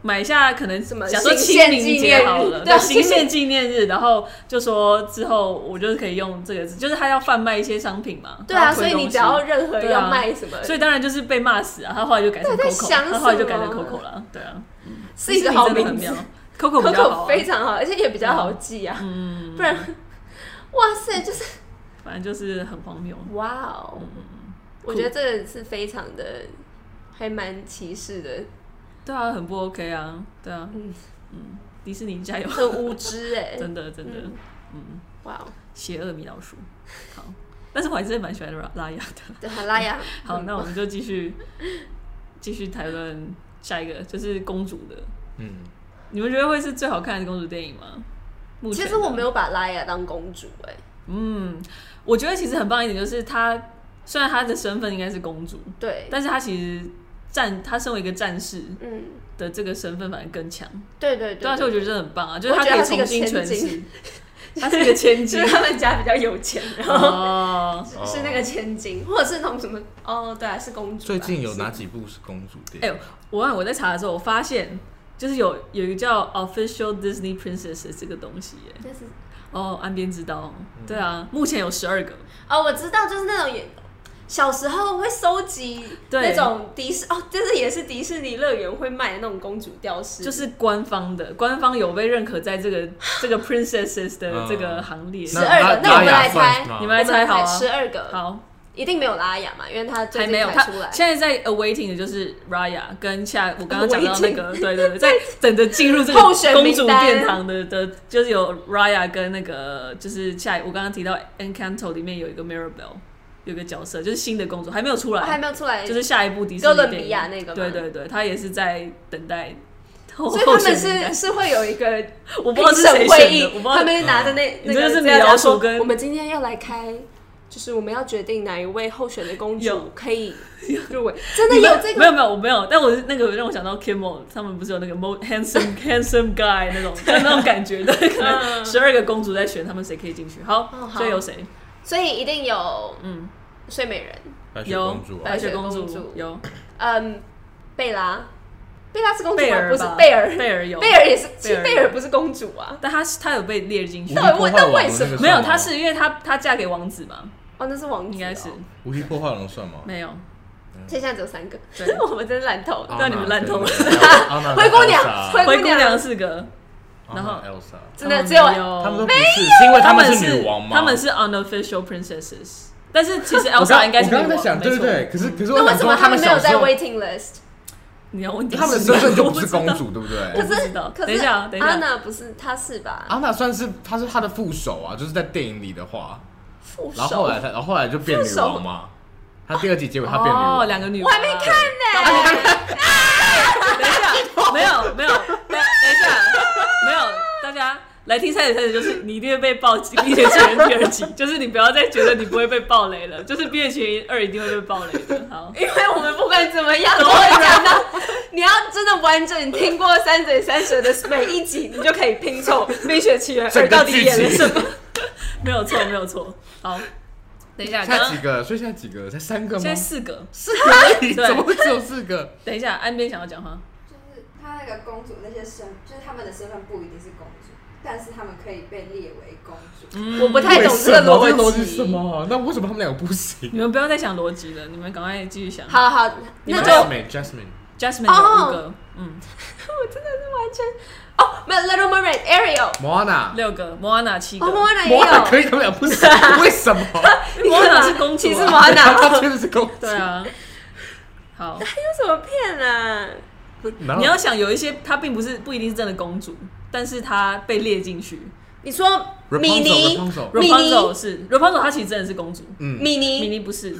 [SPEAKER 1] 买下可能
[SPEAKER 3] 什么
[SPEAKER 1] 假如说清明节好了，对，行宪纪念日，然后就说之后我就可以用这个字，就是他要贩卖一些商品嘛。
[SPEAKER 3] 对啊，所以你只要任何要卖什么，
[SPEAKER 1] 所以当然就是被骂死啊。他后来就改成 Coco， 他后来就改成 Coco 了。对啊，
[SPEAKER 3] 是一个好名字
[SPEAKER 1] ，Coco 比较好，
[SPEAKER 3] 非常好，而且也比较好记啊。不然，哇塞，就是
[SPEAKER 1] 反正就是很荒谬。
[SPEAKER 3] 哇哦，我觉得这个是非常的，还蛮歧视的。
[SPEAKER 1] 对啊，很不 OK 啊，对啊，迪士尼加油，
[SPEAKER 3] 很无知哎，
[SPEAKER 1] 真的，
[SPEAKER 3] 哇哦，
[SPEAKER 1] 邪恶米老鼠，好，但是我还是蛮喜欢拉雅的，
[SPEAKER 3] 对，拉雅，
[SPEAKER 1] 好，那我们就继续讨论下一个，就是公主的，你们觉得会是最好看的公主电影吗？
[SPEAKER 3] 其实我没有把拉雅当公主哎，
[SPEAKER 1] 我觉得其实很棒一点就是她虽然她的身份应该是公主，
[SPEAKER 3] 对，
[SPEAKER 1] 但是她其实她身为一个战士，的这个身份反而更强。
[SPEAKER 3] 对，
[SPEAKER 1] 而且我觉得真的很棒啊，就是她可以重新诠释。她是一个千金，
[SPEAKER 3] 就是他们家比较有钱，然后是那个千金，或者是那种什么对啊，是公主。
[SPEAKER 2] 最近有哪几部是公主电影？
[SPEAKER 1] 我在查的时候，我发现就是有一个叫 Official Disney Princess 这个东西耶。岸边知道，对啊，目前有12个。
[SPEAKER 3] 我知道，就是那种小时候会收集那种就是也是迪士尼乐园会卖的那种公主吊饰，
[SPEAKER 1] 就是官方有被认可在这个 princesses 的这个行列。
[SPEAKER 3] 12个，那我们来猜，
[SPEAKER 1] 你们来猜好啊
[SPEAKER 3] ，12个，
[SPEAKER 1] 好，
[SPEAKER 3] 一定没有拉雅嘛，因为他最近
[SPEAKER 1] 还没有，
[SPEAKER 3] 才出来。
[SPEAKER 1] 现在在 awaiting 的就是 Raya 跟我刚刚讲到那个，对，在等着进入这个公主殿堂的，就是有 Raya 跟那个就是我刚刚提到 Encanto 里面有一个 Mirabelle。有个角色就是新的公主还没有出来，就是下一部迪士尼
[SPEAKER 3] 哥伦比亚那个，
[SPEAKER 1] 对，她也是在等待。
[SPEAKER 3] 所以他们是会有一个
[SPEAKER 1] 我不知道是谁选的，
[SPEAKER 3] 他们拿着那个
[SPEAKER 1] 就是米老鼠跟
[SPEAKER 3] 我们今天要来开，就是我们要决定哪一位候选的公主可以入围，真的有这个？
[SPEAKER 1] 没有，我没有，但我是那个让我想到 Kimmel 他们不是有那个 handsome guy 那种，那种感觉的，可能12个公主在选他们谁可以进去。好，所以有谁？
[SPEAKER 3] 所以一定有睡美人，
[SPEAKER 1] 有
[SPEAKER 2] 白
[SPEAKER 1] 雪公主，有
[SPEAKER 3] 贝拉是公主吗？不是
[SPEAKER 1] 贝尔有，
[SPEAKER 3] 贝尔也是，其实贝尔不是公主啊，
[SPEAKER 1] 但她有被列进去。
[SPEAKER 3] 那为什么
[SPEAKER 1] 没有？她是因为她嫁给王子嘛？
[SPEAKER 3] 那是王子，
[SPEAKER 1] 应该是。
[SPEAKER 2] 无敌破坏王算吗？
[SPEAKER 1] 没有。
[SPEAKER 3] 现在只有3个，我们真是烂透了。
[SPEAKER 1] 对，你们烂透了。
[SPEAKER 3] 灰姑娘
[SPEAKER 1] 4个。然后
[SPEAKER 2] Elsa
[SPEAKER 3] 真的只有
[SPEAKER 2] 他们都不是，是因为他们是女王吗？
[SPEAKER 1] 他们是 unofficial princesses， 但是其实 Elsa 应该是女王。
[SPEAKER 2] 我刚刚在想，对，可是
[SPEAKER 3] 那为什么他们没有在 waiting list？
[SPEAKER 1] 你要问
[SPEAKER 2] 他们的身份就不是公主，对不对？
[SPEAKER 1] 可是等一下，
[SPEAKER 3] 安娜不是，她是吧？
[SPEAKER 2] 安娜算是她是她的副手啊，就是在电影里的话，
[SPEAKER 3] 副手。
[SPEAKER 2] 然后后来就变女王嘛。她第2集结尾她变女王
[SPEAKER 1] ，2个女王，
[SPEAKER 3] 我还没看呢。
[SPEAKER 1] 等一下，没有，等一下，没有，大家来听猜的就是你一定会被爆《冰雪奇缘》第2集，就是你不要再觉得你不会被爆雷了，就是《冰雪奇缘2》一定会被爆雷的。好，
[SPEAKER 3] 因为我们不管怎么样都会讲到，你要真的完整听过3嘴3舌的每一集，你就可以拼凑《冰雪奇缘2》到底演了什么。
[SPEAKER 1] 没有错。好。等一下，
[SPEAKER 2] 现在几个？所以现在几个？才3个吗？
[SPEAKER 1] 现在4个
[SPEAKER 2] ，4个？怎么会只有4个？
[SPEAKER 1] 等一下，安边想要讲话。
[SPEAKER 4] 就是他那个公主那些就是他们的身份不一定是公主，但是他们可以被列为公主。
[SPEAKER 3] 我不太懂这个
[SPEAKER 2] 逻辑是什么？那为什么他们2个不行？
[SPEAKER 1] 你们不要再想逻辑了，你们赶快继续想。
[SPEAKER 3] 好，
[SPEAKER 1] 你们
[SPEAKER 2] 就
[SPEAKER 1] Jasmine 有5个，
[SPEAKER 3] 我真的是完全。没有 Little Mermaid Ariel，Moana
[SPEAKER 1] 6个，Moana 7个
[SPEAKER 3] ，Moana 也有，
[SPEAKER 2] 可以，他们2不行，为什么
[SPEAKER 1] ？Moana 是公主，
[SPEAKER 3] 其实 Moana
[SPEAKER 2] 她确实是公主，
[SPEAKER 1] 对啊。好，
[SPEAKER 3] 还有什么片啊？
[SPEAKER 1] 你要想有一些她并不一定是真的公主，但是她被列进去。
[SPEAKER 3] 你说米妮
[SPEAKER 1] ，Rapunzel 是 Rapunzel， 她其实真的是公主。
[SPEAKER 3] 米妮
[SPEAKER 1] 不是，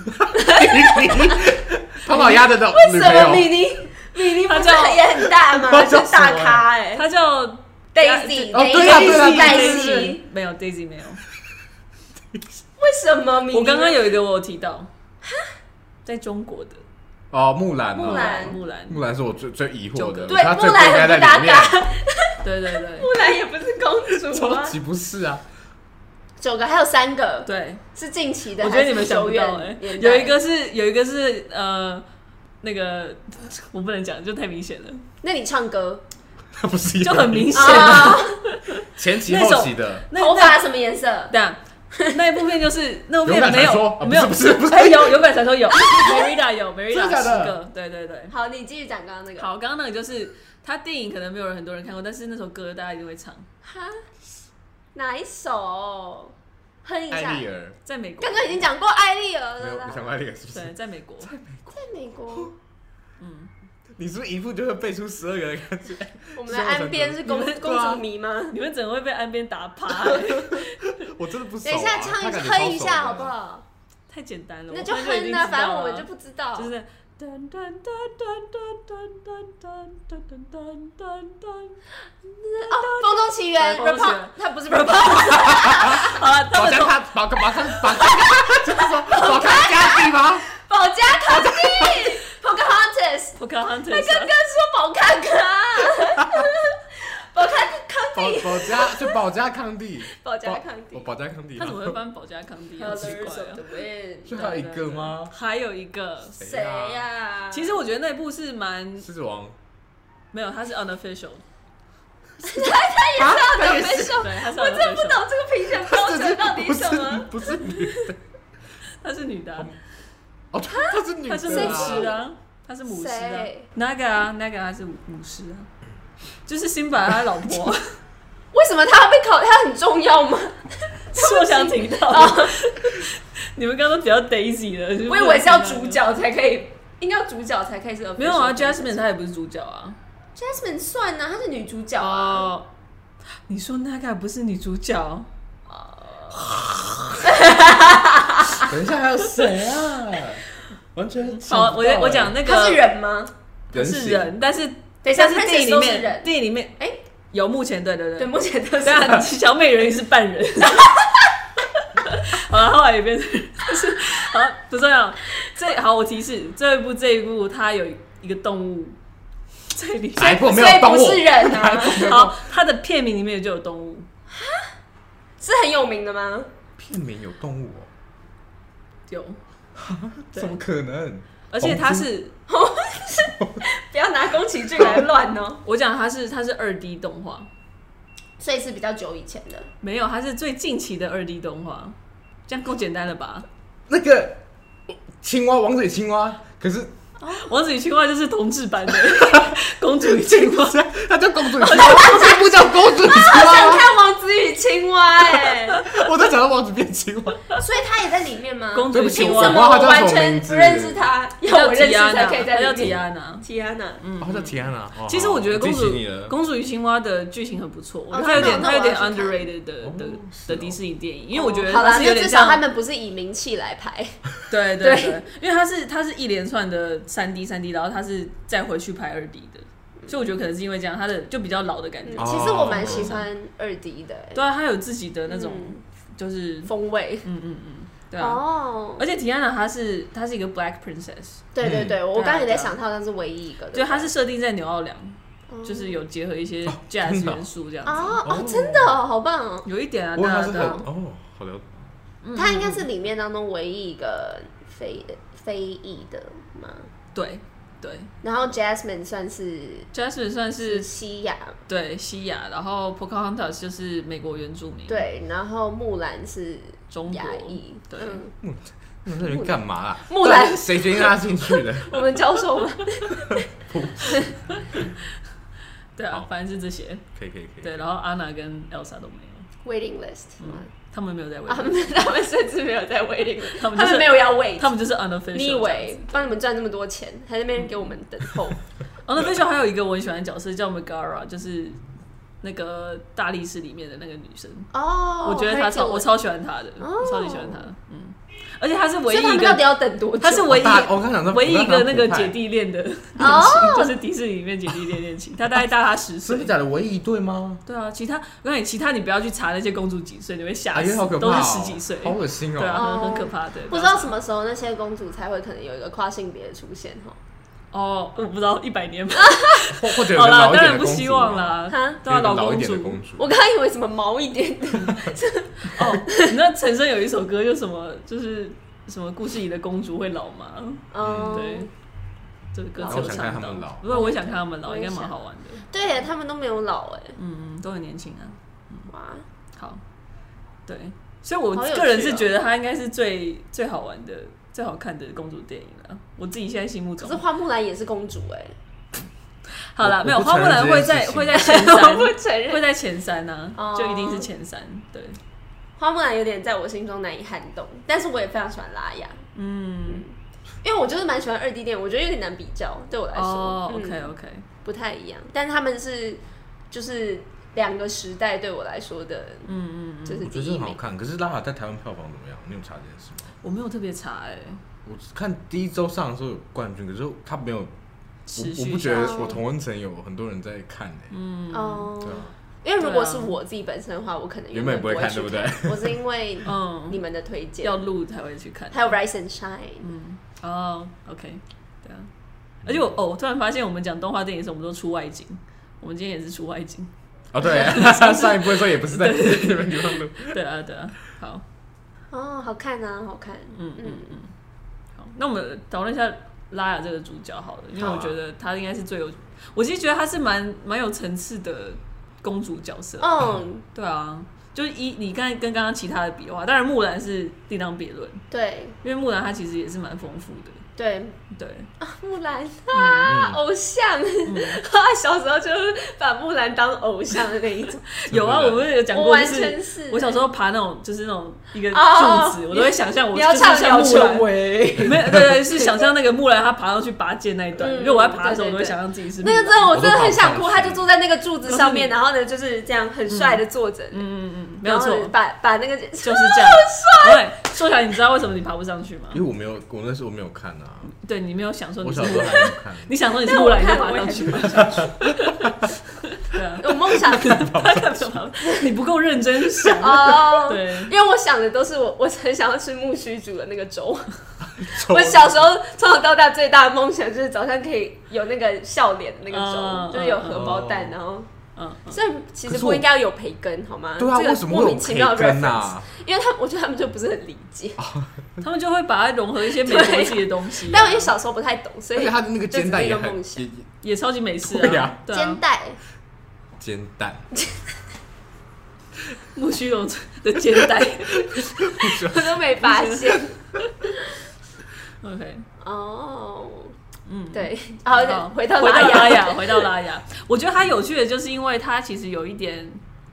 [SPEAKER 2] 唐老鸭的
[SPEAKER 3] 为什么米妮不是也很大吗？是大咖哎，
[SPEAKER 1] 她叫
[SPEAKER 3] Daisy，
[SPEAKER 1] Daisy 没有 Daisy 没有。
[SPEAKER 3] 为什么米妮？
[SPEAKER 1] 我刚刚有一个我有提到，在中国的。
[SPEAKER 2] 木兰是我最疑惑的，
[SPEAKER 3] 对，
[SPEAKER 2] 她最不应该在里面。
[SPEAKER 1] 对，
[SPEAKER 3] 木兰也不是公主啊，
[SPEAKER 2] 超级不是啊。
[SPEAKER 3] 9个，还有3个，
[SPEAKER 1] 对，
[SPEAKER 3] 是近期的。
[SPEAKER 1] 我觉得你们想不到有一个是那个我不能讲，就太明显了。
[SPEAKER 3] 那你唱歌
[SPEAKER 2] 它不是一
[SPEAKER 1] 就
[SPEAKER 2] 样
[SPEAKER 1] 很明显啊。
[SPEAKER 2] 前期后期的
[SPEAKER 3] 头发什么颜色？
[SPEAKER 1] 对啊，那一部片就是那部片
[SPEAKER 2] 勇敢
[SPEAKER 1] 没
[SPEAKER 2] 传说
[SPEAKER 1] 有没有
[SPEAKER 2] 不是
[SPEAKER 1] 有勇敢传说有 Merida 有 Merida
[SPEAKER 2] 真的假的
[SPEAKER 1] 10个，对。
[SPEAKER 3] 好，你继续讲刚刚那个。
[SPEAKER 1] 好，刚刚那个就是他电影可能没有很多人看过，但是那首歌大家一定会唱。
[SPEAKER 3] 哈，哪一首？哼一下。
[SPEAKER 2] 艾丽儿，
[SPEAKER 1] 在美国，
[SPEAKER 3] 刚刚已经讲过艾丽儿
[SPEAKER 2] 没有，
[SPEAKER 3] 了啦
[SPEAKER 2] 你。想过艾丽儿是不是？
[SPEAKER 1] 对，在美国，
[SPEAKER 3] 在美国，
[SPEAKER 2] 你是不是一副就会背出12个的感觉？
[SPEAKER 3] 我们的岸边是公主迷吗？
[SPEAKER 1] 你们整个会被岸边打趴，
[SPEAKER 2] 我真的不熟啊。
[SPEAKER 3] 等一下唱一哼一下好不？好？
[SPEAKER 1] 太简单了。
[SPEAKER 3] 那就
[SPEAKER 1] 我一定
[SPEAKER 3] 哼啊，
[SPEAKER 1] 知道
[SPEAKER 3] 反正我们就不知道。
[SPEAKER 1] 就是。噔噔噔噔噔噔噔噔噔噔噔。
[SPEAKER 3] 哦，风中奇缘
[SPEAKER 1] 对风中奇缘
[SPEAKER 3] ，Rapop， 它不是 Rapop，
[SPEAKER 1] 好了，他们从
[SPEAKER 2] 就是说宝康加地吗？
[SPEAKER 3] 宝嘉康帝 ，Pocahontas，
[SPEAKER 1] Pocahontas，
[SPEAKER 3] 他刚刚说宝康康，宝康帝，
[SPEAKER 2] 保加康帝，
[SPEAKER 3] 宝嘉康帝，
[SPEAKER 2] 保加康帝，
[SPEAKER 1] 他怎么会翻保加康帝？好奇怪
[SPEAKER 3] Colors
[SPEAKER 1] 啊
[SPEAKER 3] of the Wind，
[SPEAKER 2] 是还有一个吗？
[SPEAKER 1] 还有一个，
[SPEAKER 3] 谁呀？
[SPEAKER 1] 其实我觉得那部是蛮
[SPEAKER 2] 狮子王，
[SPEAKER 1] 没有，它是 unofficial，
[SPEAKER 3] 他也是 unofficial，
[SPEAKER 1] 对，它是
[SPEAKER 3] 我真不
[SPEAKER 1] unofficial，
[SPEAKER 3] 懂这个评选标准到底是什么。
[SPEAKER 2] 不是女的
[SPEAKER 1] 她是女的啊，
[SPEAKER 2] 哦，她是女的，
[SPEAKER 1] 她是母狮啊，她是母狮啊
[SPEAKER 3] 谁
[SPEAKER 1] ，Naga 她是母狮啊，就是辛巴他老婆，
[SPEAKER 3] 为什么他要被考？他很重要吗？
[SPEAKER 1] 是我想听到的。你们刚刚都比较 Daisy 了，
[SPEAKER 3] 我以为是要主角才可以，应该要主角才可以是 official。
[SPEAKER 1] 没有啊，Jasmine 她也不是主角啊。
[SPEAKER 3] Jasmine 算啊，她是女主角啊。
[SPEAKER 1] 哦，你说 Naga 不是女主角？
[SPEAKER 2] 等一下还有谁啊？完全
[SPEAKER 1] 好，我讲那个
[SPEAKER 3] 她是人吗？
[SPEAKER 1] 是人，但是
[SPEAKER 3] 等一下，
[SPEAKER 1] 电影里面，
[SPEAKER 3] 人
[SPEAKER 1] 电影里面
[SPEAKER 3] 哎
[SPEAKER 1] 有目前对，
[SPEAKER 3] 对，目前都是
[SPEAKER 1] 对啊，
[SPEAKER 3] 人。
[SPEAKER 1] 小美人鱼是半人。好了，后来也变成就是好不重要。好，我提示这一部它有一个动物在里面，
[SPEAKER 2] 哪一部没
[SPEAKER 3] 所以
[SPEAKER 2] 有动物？
[SPEAKER 3] 不是人啊，
[SPEAKER 1] 好，它的片名里面就有动物，
[SPEAKER 3] 是很有名的吗？
[SPEAKER 2] 片名有动物哦？
[SPEAKER 1] 有，
[SPEAKER 2] 怎么可能？
[SPEAKER 1] 而且它是
[SPEAKER 3] 不要拿宫崎骏来乱哦。
[SPEAKER 1] 我讲它是2D 动画，
[SPEAKER 3] 所以是比较久以前的。
[SPEAKER 1] 没有，它是最近期的2D 动画，这样够简单了吧？
[SPEAKER 2] 那个青蛙，王子与青蛙，可是
[SPEAKER 1] 王子与青蛙就是同志版的公主与青蛙，
[SPEAKER 2] 它叫公主与青蛙，这部叫公主与青
[SPEAKER 3] 好想
[SPEAKER 2] 蛙。
[SPEAKER 3] 看王子与青蛙哎，
[SPEAKER 2] 我在讲到王子变青蛙，
[SPEAKER 3] 所以他也在里面吗？
[SPEAKER 1] 公主与青
[SPEAKER 3] 凭
[SPEAKER 1] 蛙
[SPEAKER 3] 什么我完全不认识他？要我认识才可以在
[SPEAKER 1] 她叫
[SPEAKER 3] 里面。
[SPEAKER 1] 提安娜。
[SPEAKER 3] 提安娜，
[SPEAKER 2] 他叫提安娜。
[SPEAKER 1] 其实我觉得
[SPEAKER 2] 恭喜你了。
[SPEAKER 1] 公主与青蛙的剧情很不错，我觉得
[SPEAKER 3] 真的
[SPEAKER 1] 它有点
[SPEAKER 3] 那我要去看
[SPEAKER 1] underrated 的迪士尼电影，因为我觉得
[SPEAKER 3] 好啦，
[SPEAKER 1] 它是有
[SPEAKER 3] 那至少
[SPEAKER 1] 点像
[SPEAKER 3] 他们不是以名气来排。
[SPEAKER 1] 对，因为它是一连串的3D，然后它是再回去拍2D 的，所以我觉得可能是因为这样，它的就比较老的感觉。
[SPEAKER 3] 其实我蛮喜欢2D 的，
[SPEAKER 1] 对啊，它有自己的那种就是
[SPEAKER 3] 风味。
[SPEAKER 1] 对啊。
[SPEAKER 3] 哦，
[SPEAKER 1] 而且提安娜她是一个 Black Princess，
[SPEAKER 3] 对，我刚刚也在想，她好像是唯一一个的。
[SPEAKER 1] 就她是设定在纽奥良，就是有结合一些 jazz 元素这样子。
[SPEAKER 3] 哦，真的哦，好棒哦！
[SPEAKER 1] 有一点啊，
[SPEAKER 2] 不过他是很
[SPEAKER 1] 对啊，
[SPEAKER 2] 好聊。
[SPEAKER 3] 她应该是里面当中唯一一个非裔的嘛。
[SPEAKER 1] 对。
[SPEAKER 3] 然后 Jasmine 算是
[SPEAKER 1] Jasmine 算是
[SPEAKER 3] 西亚，
[SPEAKER 1] 对西亚，然后 Pocahontas 就是美国原住民，
[SPEAKER 3] 对，然后木兰是
[SPEAKER 1] 中国
[SPEAKER 3] 亚裔，
[SPEAKER 1] 对。
[SPEAKER 2] 那在里面干嘛啦？
[SPEAKER 3] 木兰
[SPEAKER 2] 谁决定他进去的？
[SPEAKER 3] 我们教授吗？
[SPEAKER 1] 对啊，反正是这些。
[SPEAKER 2] 可以。
[SPEAKER 1] 对，然后安娜跟 Elsa 都没有。
[SPEAKER 3] Waiting list，
[SPEAKER 1] 他们没有在 waiting，
[SPEAKER 3] 他们甚至没有在 waiting， 他
[SPEAKER 1] 们
[SPEAKER 3] 没有要 wait，
[SPEAKER 1] 他们就是 unofficial。
[SPEAKER 3] 你以为帮你们赚这么多钱，还在那边给我们等候
[SPEAKER 1] ？unofficial 还有一个我很喜欢的角色叫 Megara， 就是那个大力士里面的那个女生。
[SPEAKER 3] 哦，
[SPEAKER 1] 我觉得我超喜欢她的，我超级喜欢她的。而且她是唯一一个，
[SPEAKER 3] 所以他们到底要等多久？
[SPEAKER 1] 她是唯一
[SPEAKER 2] 唯
[SPEAKER 1] 一一个那个姐弟恋的恋情，就是迪士尼里面姐弟恋情。她大概大她10岁。
[SPEAKER 2] 真的假的？唯一一对吗？
[SPEAKER 1] 对啊，我告诉你，其他你不要去查那些公主几岁，你会吓死，
[SPEAKER 2] 好可怕，
[SPEAKER 1] 都是10几岁，
[SPEAKER 2] 好恶心哦。
[SPEAKER 1] 对啊，很可怕。对，
[SPEAKER 3] 不知道什么时候那些公主才会可能有一个跨性别的出现哈。
[SPEAKER 1] 哦，我不知道100年吧。
[SPEAKER 2] 或者
[SPEAKER 1] 好啦，当然不希望啦。对啊，
[SPEAKER 2] 老
[SPEAKER 1] 公
[SPEAKER 2] 主。
[SPEAKER 3] 我刚刚以为什么毛一点的。
[SPEAKER 1] 哦，你知道陈升有一首歌，就是什么故事里的公主会老吗？对。 这个歌词
[SPEAKER 2] 我想
[SPEAKER 1] 有唱到
[SPEAKER 2] 看他们老，
[SPEAKER 1] 不过我也想看他们老，应该蛮好玩的。
[SPEAKER 3] 对，他们都没有老
[SPEAKER 1] 都很年轻啊。
[SPEAKER 3] 哇，
[SPEAKER 1] 好，对，所以我个人是觉得它应该是最好玩的、最好看的公主电影了。我自己现在心目中，
[SPEAKER 3] 可是花木兰也是公主
[SPEAKER 1] 好啦，没有花木兰会在前
[SPEAKER 3] 3，不承认
[SPEAKER 1] 会在前3呢，就一定是前3。对，
[SPEAKER 3] 花木兰有点在我心中难以撼动，但是我也非常喜欢拉雅。因为我就是蛮喜欢2D 电影，我觉得有点难比较，对我来说。
[SPEAKER 1] OK，
[SPEAKER 3] 不太一样，但他们是就是2个时代对我来说的，就是
[SPEAKER 2] 我觉得很好看。可是拉雅在台湾票房怎么样？你有查这件事吗？
[SPEAKER 1] 我没有特别查
[SPEAKER 2] 我看第1周上的时候有冠军，可是他没有，我不觉得我同温层有很多人在看对啊。
[SPEAKER 3] 因为如果是我自己本身的话，我可能
[SPEAKER 2] 原本不会看，
[SPEAKER 3] 对不对？我是因为你们的推荐
[SPEAKER 1] 要录才会去看，
[SPEAKER 3] 还有 Rise and Shine。
[SPEAKER 1] OK， 对啊。而且我突然发现，我们讲动画电影的时候，我们都出外景，我们今天也是出外景。
[SPEAKER 2] 对，上一部的时候也不是在那边地方录。
[SPEAKER 1] 对啊，好。
[SPEAKER 3] 好看啊，好看。
[SPEAKER 1] 好，那我们讨论一下拉雅这个主角好了，因为我觉得她应该是最有，我其实觉得她是蛮有层次的公主角色。对啊，就是你刚刚其他的比的话，当然木兰是另当别论。
[SPEAKER 3] 对，
[SPEAKER 1] 因为木兰她其实也是蛮丰富的。
[SPEAKER 3] 对木兰偶像，小时候就是把木兰当偶像的那一种。
[SPEAKER 1] 有啊，我们有讲过，
[SPEAKER 3] 完全是
[SPEAKER 1] 我小时候爬那种就是那种一个柱子，我都会想象我就是像木兰，没有对，是想象那个木兰她爬上去拔剑那一段。因为我在爬的时候，我都会想象自己是
[SPEAKER 3] 那个我真的很想哭，她就坐在那个柱子上面，然后呢就是这样很帅的坐着。
[SPEAKER 1] 没有错，
[SPEAKER 3] 把那个就是
[SPEAKER 1] 这样。对，说起来，你知道为什么你爬不上去吗？
[SPEAKER 2] 因为我那时候没有看啊。
[SPEAKER 1] 对，你没有想说你是
[SPEAKER 2] 木兰，
[SPEAKER 1] 你想说你是木兰，你就爬上去。对啊，
[SPEAKER 3] 我梦想
[SPEAKER 1] 你不够认真想。对，
[SPEAKER 3] 因为我想的都是我很想要吃木须煮的那个粥。我小时候从小到大最大的梦想就是早上可以有那个笑脸的那个粥，就是有荷包蛋，然后。所以其实不应该有培根，好吗？
[SPEAKER 2] 对啊，为什么会有培根啊？
[SPEAKER 3] 因为我觉得他们就不是很理解，
[SPEAKER 1] 他们就会把它融合一些美国自己的东西。
[SPEAKER 3] 但我因为小时候不太懂，所以
[SPEAKER 2] 他的那个煎蛋
[SPEAKER 1] 也超级美式啊！
[SPEAKER 2] 煎蛋，
[SPEAKER 1] 木须龙的煎蛋，
[SPEAKER 3] 我都没发现。
[SPEAKER 1] OK，
[SPEAKER 3] 对，好，回到拉
[SPEAKER 1] 雅，我觉得他有趣的就是因为他其实有一点，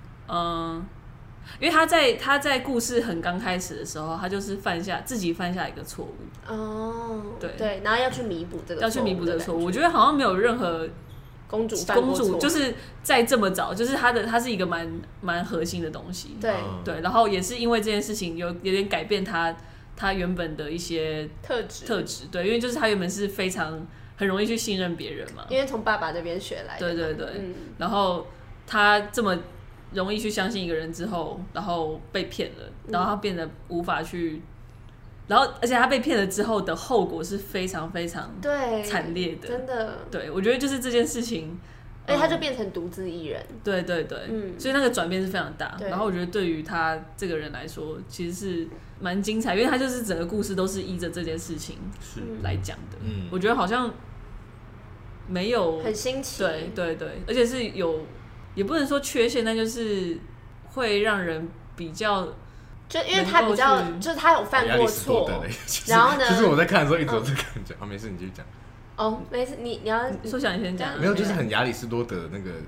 [SPEAKER 1] 因为他在故事很刚开始的时候，他就是自己犯下一个错误。
[SPEAKER 3] 对，然后要去弥补这个错误。
[SPEAKER 1] 我觉得好像没有任何
[SPEAKER 3] 公主
[SPEAKER 1] 就是在这么早，就是他是一个蛮核心的东西。
[SPEAKER 3] 对，
[SPEAKER 1] 然后也是因为这件事情有点改变他原本的一些特质。对，因为就是他原本是非常很容易去信任别人嘛，
[SPEAKER 3] 因为从爸爸那边学来的。
[SPEAKER 1] 对，然后他这么容易去相信一个人之后，然后被骗了，然后他变得无法去，然后而且他被骗了之后的后果是非常非常惨烈的，
[SPEAKER 3] 真的。
[SPEAKER 1] 对，我觉得就是这件事情。
[SPEAKER 3] 而且他就变成独自一人。
[SPEAKER 1] 对，所以那个转变是非常大。然后我觉得对于他这个人来说，其实是蛮精彩，因为他就是整个故事都是依着这件事情来讲的。我觉得好像没有
[SPEAKER 3] 很新奇。
[SPEAKER 1] 对，而且是有，也不能说缺陷，但就是会让人比较。
[SPEAKER 3] 就因为他比较，就是他有犯过错，然后呢？
[SPEAKER 2] 其实我在看的时候一直有这个感觉。没事，你继续讲。
[SPEAKER 3] 没事，你要
[SPEAKER 1] 说想你先讲。
[SPEAKER 2] 没有，就是很亚里士多德的那个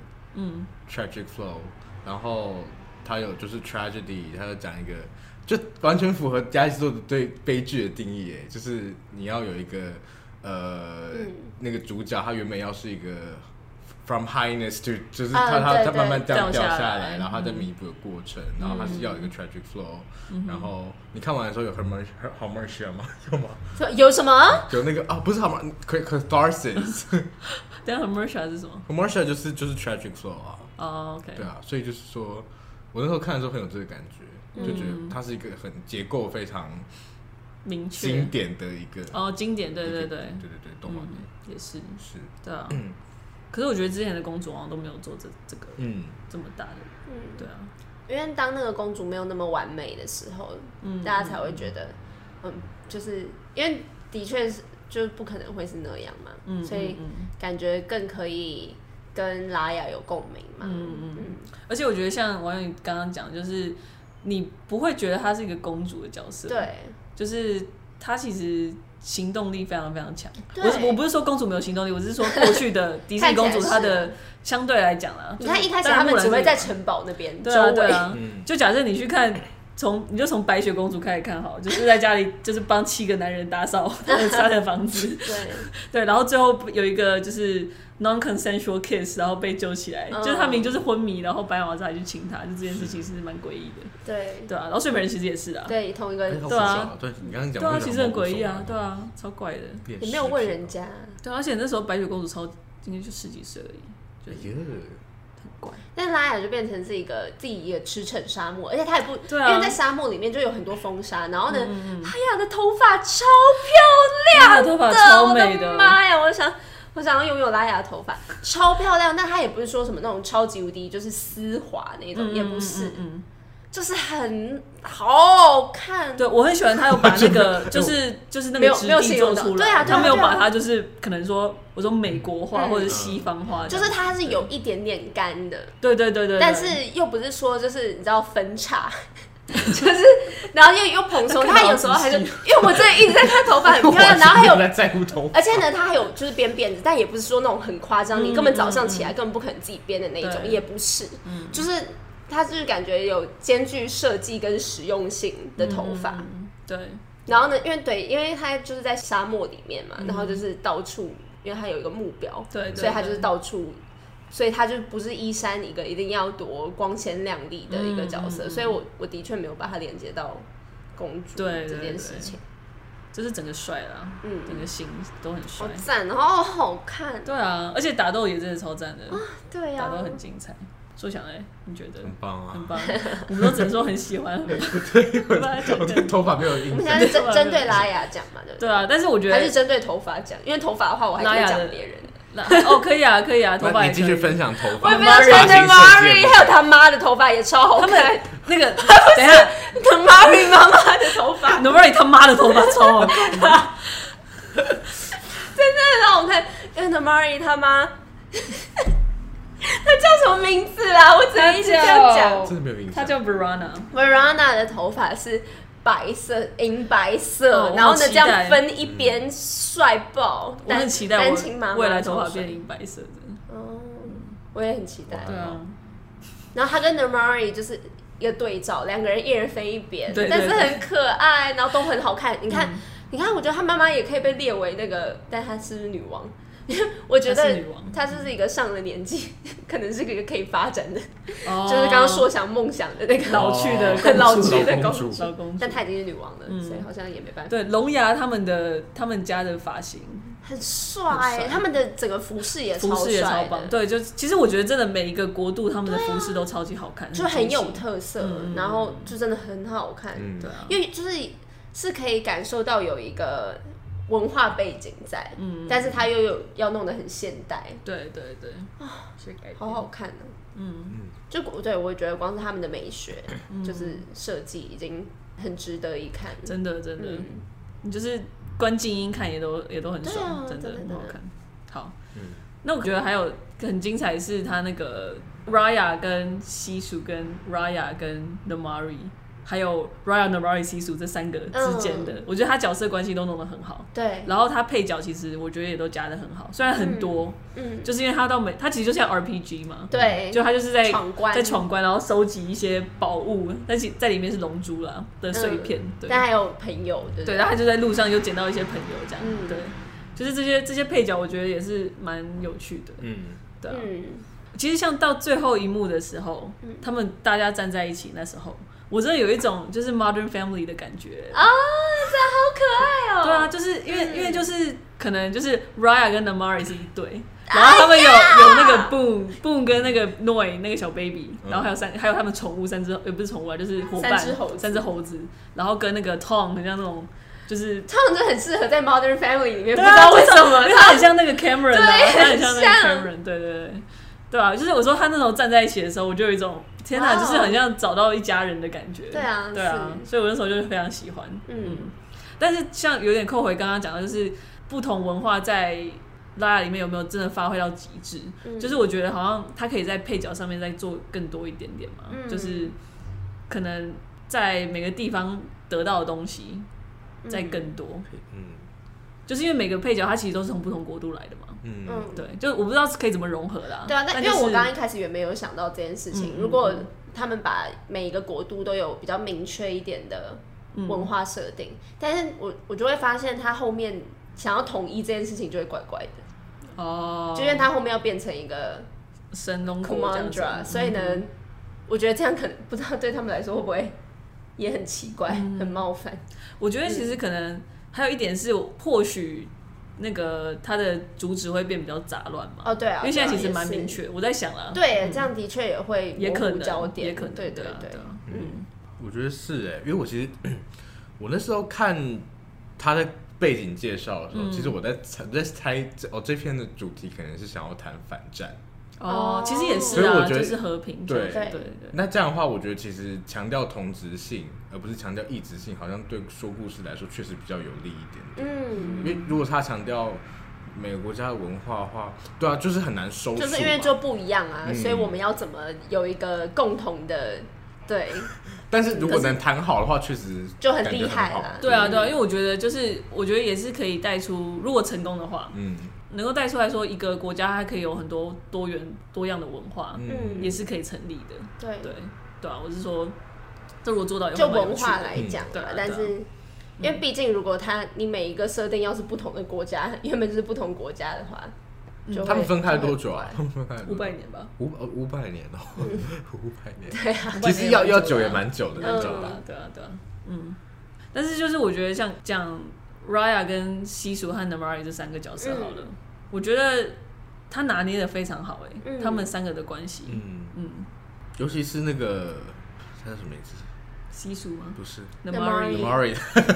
[SPEAKER 2] tragic flow，然后他有就是 tragedy， 他有讲一个就完全符合亚里士多德对悲剧的定义，就是你要有一个那个主角他原本要是一个 from highness to， 就是他慢慢掉下来，然后他在弥补的过程，然后他是要有一个 tragic flow，然后你看完的时候有 Hermercia 吗？有吗？
[SPEAKER 3] 有什么？
[SPEAKER 2] 有那个不是 catharsis。
[SPEAKER 1] 等下 Hermercia 是什么
[SPEAKER 2] ？Hermercia 就是 tragic flow
[SPEAKER 1] 啊。OK。
[SPEAKER 2] 对啊，所以就是说我那时候看的时候很有这个感觉，就觉得它是一个很结构非常
[SPEAKER 1] 明确、
[SPEAKER 2] 经典的一个
[SPEAKER 1] 经典，对，
[SPEAKER 2] 动画
[SPEAKER 1] 也是，对啊。可是我觉得之前的公主好像都没有做这个这么大的，对啊。
[SPEAKER 3] 因为当那个公主没有那么完美的时候，大家才会觉得，就是因为的确是就不可能会是那样嘛，所以感觉更可以跟拉雅有共鸣嘛。
[SPEAKER 1] 而且我觉得像王勇刚刚讲，就是你不会觉得她是一个公主的角色，
[SPEAKER 3] 对，
[SPEAKER 1] 就是她其实行动力非常非常强。我不是说公主没有行动力，我是说过去的迪士尼公主她的相对来讲啦，
[SPEAKER 3] 你看一开始他们只会在城堡那边，
[SPEAKER 1] 对啊，就假设你去看。你就从白雪公主开始看好，就是在家里就是帮7个男人打扫他的房子，对，然后最后有一个就是 non-consensual kiss， 然后被救起来，就是他明明就是昏迷，然后白马王子还去亲他，就这件事情是蛮诡异的，对啊，然后睡美人其实也是啊，
[SPEAKER 3] 对，同一个，
[SPEAKER 2] 对啊，对你刚刚讲，
[SPEAKER 1] 对啊，其实很诡异啊，对啊，超怪的，
[SPEAKER 3] 也没有问人家，
[SPEAKER 1] 对啊，而且那时候白雪公主今年就10几岁而已，
[SPEAKER 3] 但拉雅就变成是一个自己也驰骋沙漠，而且他也不，因为在沙漠里面就有很多风沙，然后呢，拉雅的头发超漂亮的，
[SPEAKER 1] 头发超美的，
[SPEAKER 3] 我的妈呀！我想要拥有拉雅的头发，超漂亮，但她也不是说什么那种超级无敌就是丝滑那种，也不是，就是很好看。
[SPEAKER 1] 对，我很喜欢他有把那个就是那个质地做出来，
[SPEAKER 3] 对啊，
[SPEAKER 1] 他没有把它就是可能说我说美国化或者西方化，
[SPEAKER 3] 就是它是有一点点干的，
[SPEAKER 1] 对，
[SPEAKER 3] 但是又不是说就是你知道分叉。就是然后又蓬松，他有时候还是因为我真的一直在看头发很漂亮，然后还有
[SPEAKER 2] 在乎头发，
[SPEAKER 3] 而且呢，他还有就是编辫子，但也不是说那种很夸张，你根本早上起来根本不可能自己编的那种，也不是，就是他就是感觉有兼具设计跟实用性的头发，
[SPEAKER 1] 对。
[SPEAKER 3] 然后呢，因为他就是在沙漠里面嘛，然后就是到处，因为他有一个目标，
[SPEAKER 1] 对，
[SPEAKER 3] 所以他就是到处。所以他就不是衣衫一个一定要多光鲜亮丽的一个角色，所以我的确没有把它连接到公主这件事情。
[SPEAKER 1] 就是整个帅啦，整个型都很帅，
[SPEAKER 3] 好赞，然后好看。
[SPEAKER 1] 对啊，而且打斗也真的超赞的，
[SPEAKER 3] 对啊，
[SPEAKER 1] 打斗很精彩。说想你觉得
[SPEAKER 2] 很棒啊，
[SPEAKER 1] 很棒，我们都只能说很喜欢。
[SPEAKER 2] 对，我对头发没有印象。
[SPEAKER 3] 我们现在是针对拉雅讲嘛，对不对？
[SPEAKER 1] 对啊，但是我觉得
[SPEAKER 3] 还是针对头发讲，因为头发的话我还可以讲别人。
[SPEAKER 1] 可以啊，头发
[SPEAKER 2] 你继续分享头发。
[SPEAKER 3] 我没有穿的 Mary， 还有他妈的头发也超好看。
[SPEAKER 1] 那个等一下，
[SPEAKER 3] 他 Mary 妈妈的头发
[SPEAKER 1] ，Mary 他妈的头发超好看，
[SPEAKER 3] 真的很好看。因为 Mary 他妈，他叫什么名字啦？我只能一直这样讲，
[SPEAKER 2] 真的没有印象。
[SPEAKER 1] 他叫
[SPEAKER 3] Verona 的头发是白色、银白色，然后呢这样分一边帅爆。
[SPEAKER 1] 我很期待我未来头发变银白色的。
[SPEAKER 3] 我也很期待。
[SPEAKER 1] 对啊。
[SPEAKER 3] 然后他跟 Namari 就是一个对照，2个人一人分一边，
[SPEAKER 1] 对，
[SPEAKER 3] 但是很可爱，然后都很好看。你看，我觉得他妈妈也可以被列为那个，但她是不是女王？我觉得她就是一个上了年纪，可能是一个可以发展的，就是刚刚说想梦想的那个
[SPEAKER 1] 老去的
[SPEAKER 3] 公主，但她已经是女王了，所以好像也没办法。
[SPEAKER 1] 对，龙牙他们家的发型
[SPEAKER 3] 很帅，他们的整个服饰也超
[SPEAKER 1] 棒。对，就其实我觉得真的每一个国度他们的服饰都超级好看，
[SPEAKER 3] 就很有特色，然后就真的很好看。对啊，因为是可以感受到有一个文化背景在，但是他又有要弄得很现代，
[SPEAKER 1] 对，
[SPEAKER 3] 好好看哦。就对我觉得光是他们的美学，就是设计已经很值得一看，
[SPEAKER 1] 真的，你就是关静音看也都很爽，真的很好看。好，那我觉得还有很精彩是他那个 Raya 跟西蜀跟 Raya 跟 Namari。还有 Raya、Namari、Sisu 这3个之间的，我觉得他角色关系都弄得很好。
[SPEAKER 3] 对，
[SPEAKER 1] 然后他配角其实我觉得也都加得很好，虽然很多，就是因为他其实就像 RPG 嘛，
[SPEAKER 3] 对，
[SPEAKER 1] 就他就是在
[SPEAKER 3] 闯关，
[SPEAKER 1] 然后收集一些宝物，但是在里面是龙珠啦的碎片，对，
[SPEAKER 3] 但还有朋友，
[SPEAKER 1] 对，然后他就在路上又捡到一些朋友这样，对，就是这些配角我觉得也是蛮有趣的，对啊，其实像到最后一幕的时候，他们大家站在一起那时候。我真的有一种就是 Modern Family 的感觉
[SPEAKER 3] 啊，这好可爱哦！
[SPEAKER 1] 对啊，就是因为就是可能就是 Raya 跟 Namari 是一对，然后他们有那个 Boom 跟那个 Noi 那个小 baby， 然后还有他们宠物3只，也不是宠物啊，就是伙伴3只猴子，然后跟那个 Tom 很像那种。就是
[SPEAKER 3] Tom 就很适合在 Modern Family 里面，不知道为什么，
[SPEAKER 1] 他很像那个 Cameron 啊，他很像那个 Cameron， 对啊，就是我说他那时候站在一起的时候，我就有一种天哪，就是很像找到一家人的感觉。对啊，所以我那时候就非常喜欢。但是像有点扣回刚刚讲的，就是不同文化在拉雅里面有没有真的发挥到极致？就是我觉得好像他可以在配角上面再做更多一点点嘛，就是可能在每个地方得到的东西再更多。就是因为每个配角他其实都是从不同国度来的嘛。对，就我不知道可以怎么融合啦。
[SPEAKER 3] 对啊，但因为我刚刚一开始也没有想到这件事情。如果他们把每一个国度都有比较明确一点的文化设定，但是我就会发现他后面想要统一这件事情就会怪怪的。哦，就因为他后面要变成一个
[SPEAKER 1] 神农国这样子，
[SPEAKER 3] 所以呢，我觉得这样可能不知道对他们来说会不会也很奇怪、很冒犯。
[SPEAKER 1] 我觉得其实可能还有一点是，或许那个他的主旨会变比较杂乱嘛。
[SPEAKER 3] 哦，对啊，
[SPEAKER 1] 因为现在其实蛮明确，我在想啦。
[SPEAKER 3] 对，这样的确也会模糊焦点，
[SPEAKER 1] 也可能，
[SPEAKER 3] 对。
[SPEAKER 2] 我觉得是因为我其实我那时候看他的背景介绍的时候，其实我在猜这篇的主题可能是想要谈反战。
[SPEAKER 1] 哦，其实也是啊，就是和平。对。
[SPEAKER 2] 那这样的话，我觉得其实强调同质性，而不是强调异质性，好像对说故事来说确实比较有利一点。因为如果他强调每个国家的文化的话，对啊，就是很难收束。
[SPEAKER 3] 就是因为就不一样啊，所以我们要怎么有一个共同的对。
[SPEAKER 2] 但是如果能谈好的话，确实
[SPEAKER 3] 就很厉害了。
[SPEAKER 1] 对啊，因为我觉得也是可以带出，如果成功的话，能够带出来说一个国家它可以有很多多元多样的文化，也是可以成立的。对啊，我是说，这如果做到
[SPEAKER 3] 就文化来讲，但是因为毕竟如果你每一个设定要是不同的国家，原本就是不同国家的话。
[SPEAKER 2] 他们分开多久啊？他们分开
[SPEAKER 1] 500年吧。
[SPEAKER 2] 500年哦，500年。
[SPEAKER 3] 对啊，
[SPEAKER 2] 其实要久也蛮久的那种吧。
[SPEAKER 1] 对啊。但是就是我觉得像讲 Raya 跟西蜀和 Namaari 这3个角色好了，我觉得他拿捏的非常好他们3个的关系。
[SPEAKER 2] 尤其是那个他叫什么名字？
[SPEAKER 1] 西蜀吗？
[SPEAKER 2] 不是
[SPEAKER 1] Namaari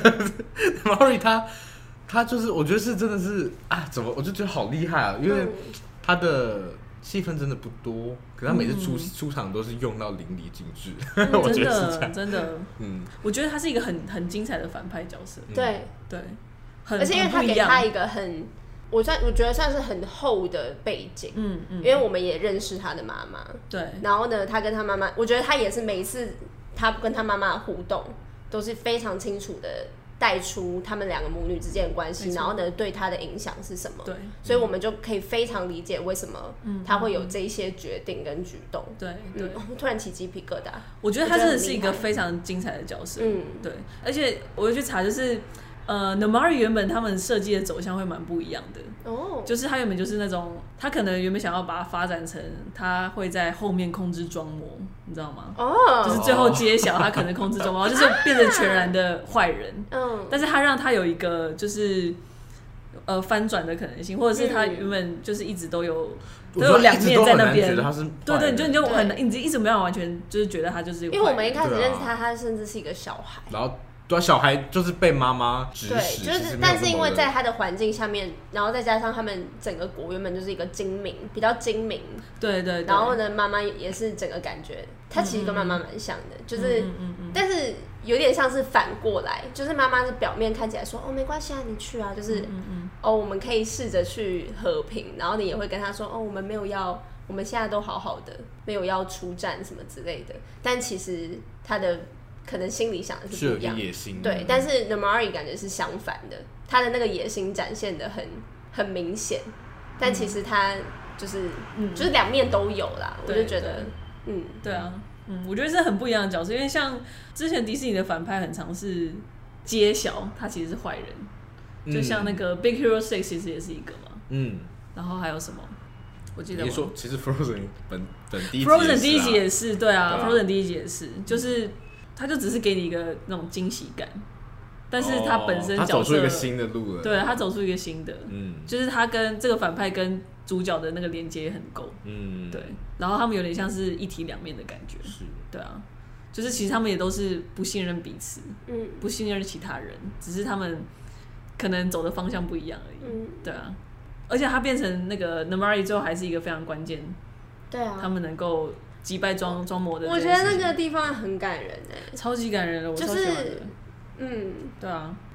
[SPEAKER 2] 他就是，我觉得是真的是怎么我就觉得好厉害啊！因为他的戏份真的不多，可是他每次出场都是用到淋漓尽致。我觉得是这样，
[SPEAKER 1] 真的。我觉得他是一个很精彩的反派角色。
[SPEAKER 3] 对，
[SPEAKER 1] 而
[SPEAKER 3] 且因为他给他一个我觉得算是很厚的背景。因为我们也认识他的妈妈。
[SPEAKER 1] 对。
[SPEAKER 3] 然后呢，他跟他妈妈，我觉得他也是每一次他跟他妈妈的互动都是非常清楚的。带出他们2个母女之间的关系，然后呢，对他的影响是什么？对，所以我们就可以非常理解为什么他会有这一些决定跟举动。
[SPEAKER 1] 对，
[SPEAKER 3] 突然起鸡皮疙瘩。
[SPEAKER 1] 我觉得他真的是一个非常精彩的角色。对，而且我去查，就是Namaari 原本他们设计的走向会蛮不一样的。就是他原本就是那种，他可能原本想要把它发展成他会在后面控制装模，你知道吗？就是最后揭晓他可能控制装模，就是变成全然的坏人。但是他让他有一个就是翻转的可能性，或者是他原本就是一直都有两面在那边。对，你就很难，你一直没有完全就是觉得他就是一个坏人。
[SPEAKER 3] 因为我们一开始认识他甚至是一个小孩。
[SPEAKER 2] 然后。对啊，小孩就是被妈妈指使，
[SPEAKER 3] 对，就是，但是因为在他的环境下面，然后再加上他们整个国原本就是一个比较精明，
[SPEAKER 1] 对，
[SPEAKER 3] 然后呢，妈妈也是整个感觉，他其实跟妈妈蛮像的，就是，但是有点像是反过来，就是妈妈是表面看起来说没关系啊，你去啊，就是我们可以试着去和平，然后你也会跟他说我们没有要，我们现在都好好的，没有要出战什么之类的，但其实他的。可能心里想的是不一样，
[SPEAKER 2] 野心
[SPEAKER 3] 对，但是 Namaari 感觉是相反的，他的那个野心展现的很明显，但其实他就是就是2面都有啦，我就觉得
[SPEAKER 1] 对啊，我觉得是很不一样的角色，因为像之前迪士尼的反派很常是揭晓他其实是坏人，就像那个 Big Hero 6其实也是一个嘛，然后还有什么？我记得
[SPEAKER 2] 你说其实 Frozen 本第一集
[SPEAKER 1] ，Frozen 第1集也是，对啊 ，Frozen 第1集也是，就是。他就只是给你一个那种惊喜感，但是他本身角色
[SPEAKER 2] 他走出一个新的路了，
[SPEAKER 1] 对，他走出一个新的，就是他跟这个反派跟主角的那个连接也很够，对，然后他们有点像是一体两面的感觉，是，对啊，就是其实他们也都是不信任彼此，不信任其他人，只是他们可能走的方向不一样而已，对啊，而且他变成那个 Namaari 最后还是一个非常关键，
[SPEAKER 3] 对啊，
[SPEAKER 1] 他们能够。击败装模的，
[SPEAKER 3] 我觉得那个地方很感人
[SPEAKER 1] 超级感人的，我超喜欢的。
[SPEAKER 3] 对啊，
[SPEAKER 1] 对啊，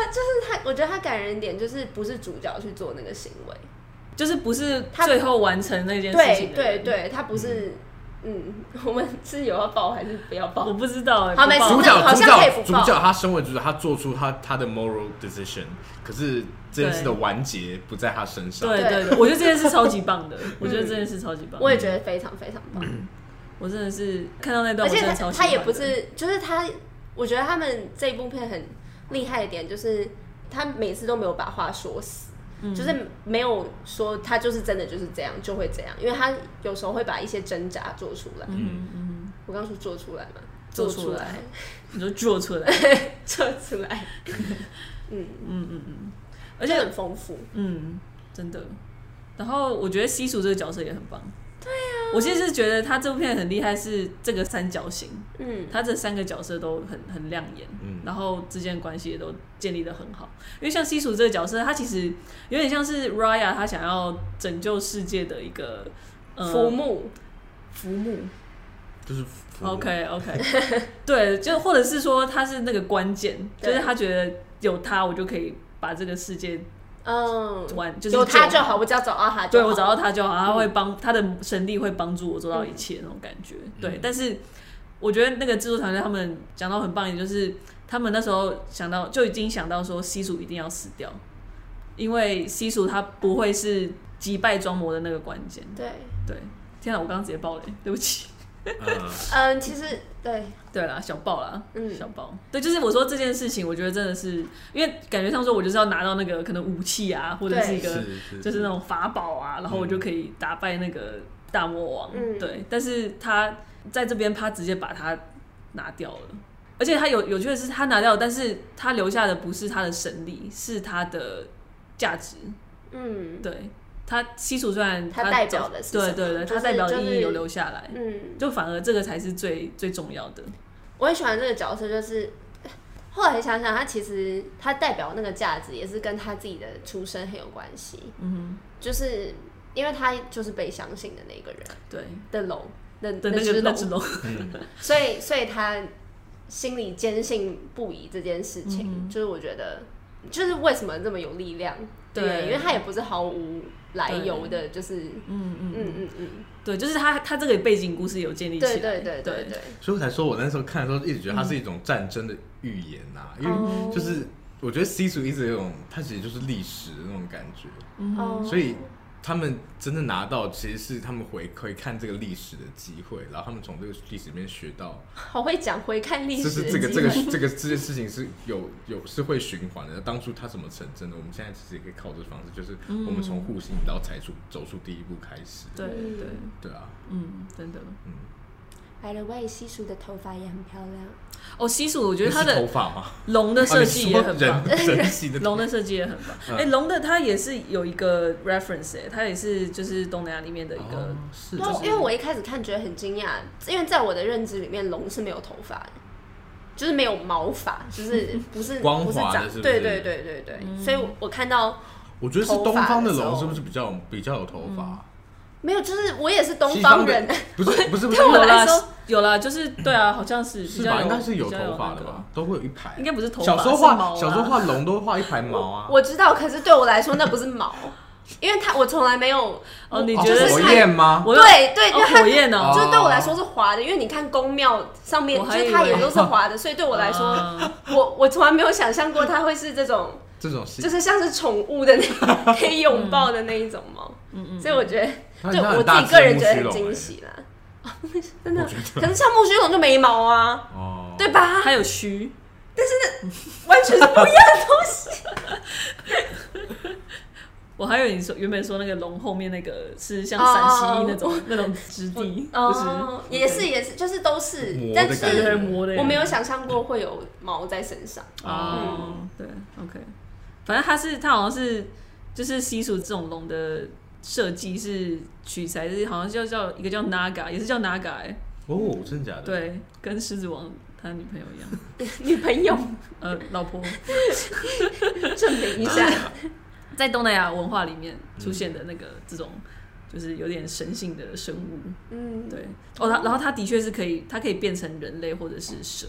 [SPEAKER 3] 就是我觉得他感人点就是不是主角去做那个行为，
[SPEAKER 1] 就是不是最后完成那件事情的人。
[SPEAKER 3] 对，他不是。我们是有要报还是不要报？
[SPEAKER 1] 我不知道
[SPEAKER 3] 好，没事，
[SPEAKER 2] 主
[SPEAKER 3] 角
[SPEAKER 2] 他身为主角，他做出他的 moral decision， 可是这件事的完结不在他身上。
[SPEAKER 1] 对，我觉得这件事超级棒的，我觉得这件事超级棒。
[SPEAKER 3] 我也觉得非常非常棒。
[SPEAKER 1] 我真的是看到那段，
[SPEAKER 3] 而且
[SPEAKER 1] 我真的超喜欢的。
[SPEAKER 3] 他也不是，就是我觉得他们这一部片很厉害的点，就是他每次都没有把话说死。就是没有说他就是真的就是这样就会这样，因为他有时候会把一些挣扎做出来。我刚说做出来嘛，
[SPEAKER 1] 做出来，你说做出来，
[SPEAKER 3] 做出来。而且很丰富。
[SPEAKER 1] 真的。然后我觉得西蜀这个角色也很棒。对啊，我其实是觉得他这部片很厉害，是这个三角形，他这3个角色都很亮眼，然后之间的关系也都建立得很好。因为像西蜀这个角色，他其实有点像是 Raya 他想要拯救世界的一个
[SPEAKER 3] 浮木，
[SPEAKER 2] 就是
[SPEAKER 1] OK 对，就或者是说他是那个关键，就是他觉得有他，我就可以把这个世界。就是
[SPEAKER 3] 有他就好，我只要找到他就好。
[SPEAKER 1] 对，我找到他就好，他会他的神力会帮助我做到一切那种感觉。对，但是我觉得那个制作团队他们讲到很棒一点，就是他们那时候就已经想到说西蜀一定要死掉，因为西蜀他不会是击败装魔的那个关键。对，天哪，我刚刚直接爆雷，对不起。
[SPEAKER 3] 其实
[SPEAKER 1] 对啦，小爆啦，小爆。对，就是我说这件事情，我觉得真的是，因为感觉上说我就是要拿到那个可能武器啊，或者是一个就是那种法宝啊，然后我就可以打败那个大魔王。对，但是他在这边他直接把他拿掉了，而且他有趣的是他拿掉了，但是他留下的不是他的神力，是他的价值。对。他西蜀虽然
[SPEAKER 3] 他代表的是什么？
[SPEAKER 1] 对，他代表的意义有留下来，就反而这个才是最重要的。
[SPEAKER 3] 我很喜欢这个角色，就是后来想想，他其实他代表那个价值也是跟他自己的出身很有关系。就是因为他就是被相信的那个人，
[SPEAKER 1] 对
[SPEAKER 3] 的龙的
[SPEAKER 1] 那只龙，
[SPEAKER 3] 所以他心里坚信不疑这件事情，就是我觉得就是为什么这么有力量。对，因为他也不是毫无来由的，就是
[SPEAKER 1] 对，就是他这个背景故事有建立起来，
[SPEAKER 3] 对，
[SPEAKER 2] 所以我才说我那时候看的时候一直觉得它是一种战争的预言啊，因为就是我觉得西蜀一直有种它其实就是历史的那种感觉，所以他们真的拿到其实是他们回看这个历史的机会，然后他们从这个历史里面学到，
[SPEAKER 3] 好会讲回看历史的机会，
[SPEAKER 2] 就是这件事情是是会循环的。当初它怎么成真的，我们现在其实也可以靠这个方式，就是我们从互信然后走出第一步开始。对啊，
[SPEAKER 1] 真的
[SPEAKER 3] By the way， 西蜀的头发也很漂亮。
[SPEAKER 1] 西蜀我觉得他的
[SPEAKER 2] 头发吗？
[SPEAKER 1] 龙的设计也很棒，龙的设计也很棒。龙的它也是有一个 reference， 它也是就是东南亚里面的一个。
[SPEAKER 3] 因为我一开始看觉得很惊讶，因为在我的认知里面，龙是没有头发的，就是没有毛发，就是不是
[SPEAKER 2] 光滑的，是不是？
[SPEAKER 3] 对，所以我看到，
[SPEAKER 2] 我觉得是东方的龙是不是比较有头发？
[SPEAKER 3] 没有，就是我也是东方人，
[SPEAKER 2] 不是，
[SPEAKER 3] 对我来说
[SPEAKER 1] 有啦，就是对啊，好像是
[SPEAKER 2] 吧？应该是有头发的吧？都会有一排，
[SPEAKER 1] 应该不是头发。
[SPEAKER 2] 小时候画龙都会画一排毛啊。
[SPEAKER 3] 我知道，可是对我来说那不是毛，因为我从来没有
[SPEAKER 1] 你觉得
[SPEAKER 2] 火焰吗？
[SPEAKER 3] 对，
[SPEAKER 1] 火焰哦，
[SPEAKER 3] 就是对我来说是滑的，因为你看宫庙上面，就是它也都是滑的，所以对我来说，我从来没有想象过它会是这种，就是像是宠物的那可以拥抱的那一种毛。所以我觉得。就我自己个人觉得很惊喜啦，真的。可是像木须龙就没毛啊，对吧？
[SPEAKER 1] 它有须，
[SPEAKER 3] 但是完全是不一样的东西。
[SPEAKER 1] 我还以为你原本说那个龙后面那个是像陕西那种质地，
[SPEAKER 3] 也是，就是都是，但是我没有想象过会有毛在身上。
[SPEAKER 1] 对 ，OK， 反正它好像是就是西蜀这种龙的。设计是取材是好像叫一个叫 Naga， 也是叫 Naga
[SPEAKER 2] 真的假的？
[SPEAKER 1] 对，跟狮子王他女朋友一样。
[SPEAKER 3] 女朋友？
[SPEAKER 1] 老婆。
[SPEAKER 3] 证明一下，
[SPEAKER 1] 在东南亚文化里面出现的那个这种，就是有点神性的生物。对。然后它的确是它可以变成人类或者是蛇。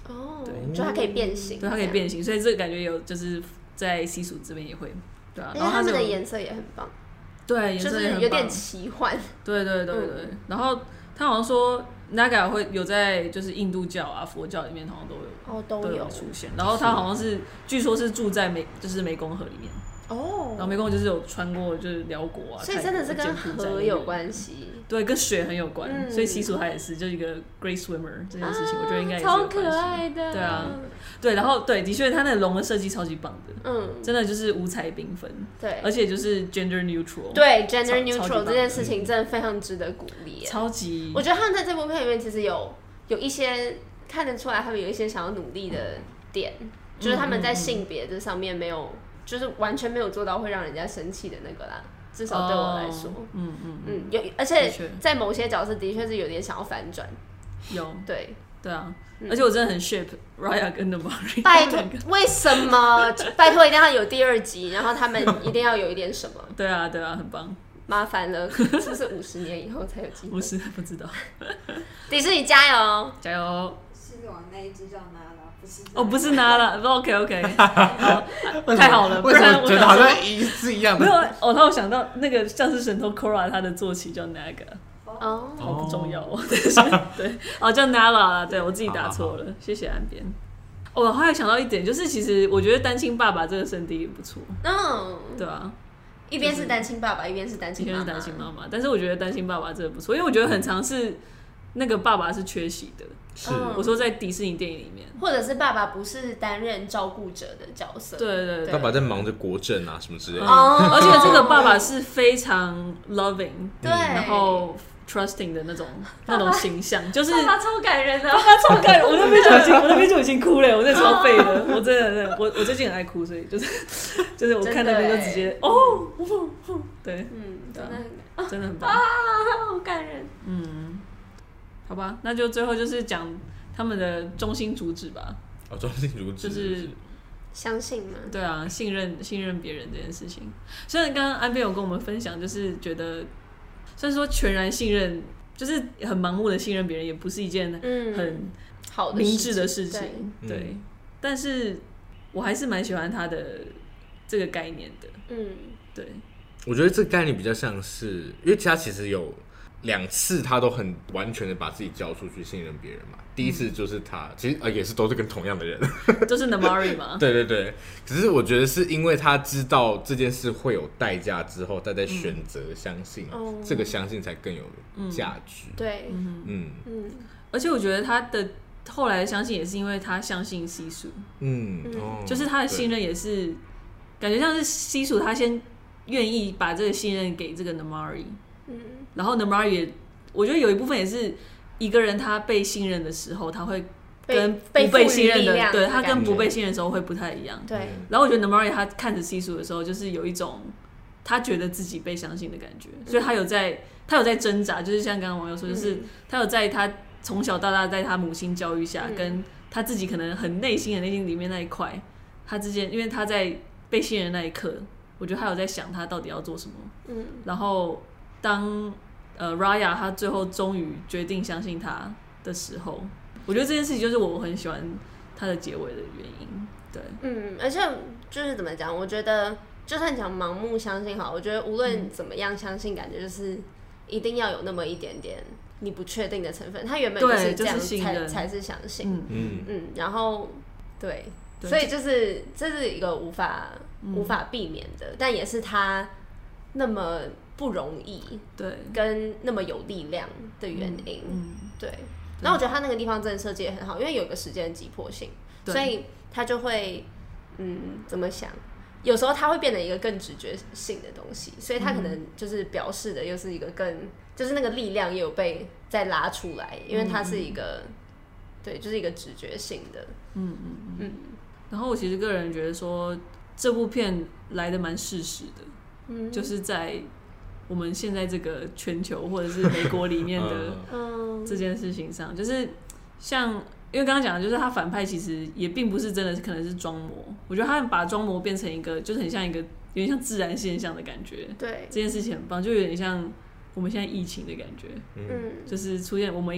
[SPEAKER 3] 哦，
[SPEAKER 1] 对，
[SPEAKER 3] 就它可以变形，
[SPEAKER 1] 对，它可以变形，所以这个感觉有就是在西蜀这边也会，对啊，
[SPEAKER 3] 然后它们的颜色也很棒，
[SPEAKER 1] 对，颜色也很棒，
[SPEAKER 3] 就是有点奇幻，
[SPEAKER 1] 对，然后他好像说 Naga 会有在就是印度教啊、佛教里面好像都有出现，然后他好像是据说是住在就是湄公河里面。
[SPEAKER 3] 哦，
[SPEAKER 1] 然后湄公就是有穿过就是辽国啊，
[SPEAKER 3] 所以真的是跟河有关系，
[SPEAKER 1] 对，跟水很有关，所以西蜀它也是就一个 great swimmer 这件事情，我觉得应该也是有
[SPEAKER 3] 超
[SPEAKER 1] 关系，
[SPEAKER 3] 可爱的，
[SPEAKER 1] 对啊，对，然后对，的确它那个龙的设计超级棒的，真的就是五彩缤纷，
[SPEAKER 3] 对，
[SPEAKER 1] 而且就是 gender neutral，
[SPEAKER 3] 对 gender neutral 这件事情真的非常值得鼓励，
[SPEAKER 1] 超级，
[SPEAKER 3] 我觉得他们在这部片里面其实有一些看得出来，他们有一些想要努力的点，就是他们在性别这上面没有。就是完全没有做到会让人家生气的那个啦，至少对我来说，有，而且在某些角色的确是有点想要反转，
[SPEAKER 1] 有，
[SPEAKER 3] 对
[SPEAKER 1] 啊，而且我真的很 ship Raya 跟 Namaari，
[SPEAKER 3] 拜托，为什么？拜托一定要有第2集，然后他们一定要有一点什么？
[SPEAKER 1] 对啊，很棒，
[SPEAKER 3] 麻烦了，是不是50年以后才有机会？
[SPEAKER 1] 不是，不知道，
[SPEAKER 3] 迪士尼加油，
[SPEAKER 1] 加油！
[SPEAKER 4] 狮王那一只叫Nala。
[SPEAKER 1] 不是Nala ，OK， 太好了，
[SPEAKER 2] 为什么觉得好像是一样的？
[SPEAKER 1] 没有哦，他有想到那个像是神偷 Korra 他的坐骑叫 Naga， 好不重要哦，对，叫 Nala 啦，对我自己打错了，谢谢岸边。我还有想到一点，就是其实我觉得单亲爸爸这个设定也不错，对啊，
[SPEAKER 3] 一边是单亲爸爸，一边是单亲
[SPEAKER 1] 妈妈，但是我觉得单亲爸爸真的不错，因为我觉得很常是那个爸爸是缺席的。
[SPEAKER 2] 是，
[SPEAKER 1] 我说在迪士尼电影里面，
[SPEAKER 3] 或者是爸爸不是担任照顾者的角色，
[SPEAKER 1] 对，
[SPEAKER 2] 爸爸在忙着国政啊什么之类的，
[SPEAKER 1] 而且这个爸爸是非常 loving，
[SPEAKER 3] 对，
[SPEAKER 1] 然后 trusting 的那种形象，就是
[SPEAKER 3] 爸爸超感人的，
[SPEAKER 1] 爸爸超感人，我那边就已经哭了，我那超废的，我真的，我最近很爱哭，所以就是我看那边就直接对，真的很棒，
[SPEAKER 3] 好感人，
[SPEAKER 1] 好吧，那就最后就是讲他们的中心主旨吧。
[SPEAKER 2] 中心主旨
[SPEAKER 1] 就是
[SPEAKER 3] 相信嘛。
[SPEAKER 1] 对啊，信任别人这件事情。虽然刚刚安边有跟我们分享，就是觉得虽然说全然信任，就是很盲目的信任别人，也不是一件很
[SPEAKER 3] 好
[SPEAKER 1] 明智的事情。对，但是我还是蛮喜欢他的这个概念的。对。
[SPEAKER 2] 我觉得这个概念比较像是，因为他其实有2次他都很完全的把自己交出去信任别人嘛。第一次就是他其实也是都是跟同样的人，
[SPEAKER 1] 就是 Namaari 嘛。
[SPEAKER 2] 对，可是我觉得是因为他知道这件事会有代价之后，他在选择相信，这个相信才更有价值。
[SPEAKER 3] 对，
[SPEAKER 1] 而且我觉得他的后来的相信也是因为他相信西蜀，就是他的信任也是感觉像是西蜀他先愿意把这个信任给这个 Namaari，然后 Namaari 也，我觉得有一部分也是一个人他被信任的时候，他会跟不被信任的，对，他跟不被信任的时候会不太一样。
[SPEAKER 3] 对。
[SPEAKER 1] 然后我觉得 Namaari 他看着西蜀的时候，就是有一种他觉得自己被相信的感觉，所以他有在挣扎，就是像刚刚网友说，就是他有在他从小到大在他母亲教育下，跟他自己可能很内心里面那一块，他之间，因为他在被信任那一刻，我觉得他有在想他到底要做什么。然后当Raya 他最后终于决定相信他的时候，我觉得这件事情就是我很喜欢他的结尾的原因。对，
[SPEAKER 3] 而且就是怎么讲，我觉得就算讲盲目相信好，我觉得无论怎么样相信，感觉就是一定要有那么一点点你不确定的成分。他原本就是这样才是相信，然后对，所以就是这是一个无法避免的，但也是他那么不容易，
[SPEAKER 1] 对，
[SPEAKER 3] 跟那么有力量的原因，对。然后我觉得他那个地方真的设计也很好，因为有一个时间的急迫性，所以他就会怎么想？有时候他会变成一个更直觉性的东西，所以他可能就是表示的又是一个更，就是那个力量也有被再拉出来，因为它是一个，对，就是一个直觉性的，
[SPEAKER 1] 然后我其实个人觉得说，这部片来的蛮适时的，就是在我们现在这个全球或者是美国里面的这件事情上，就是像因为刚刚讲的，就是他反派其实也并不是真的可能是装模，我觉得他们把装模变成一个，就是很像一个有点像自然现象的感觉。
[SPEAKER 3] 对，
[SPEAKER 1] 这件事情很棒，就有点像我们现在疫情的感觉。就是出现我们一个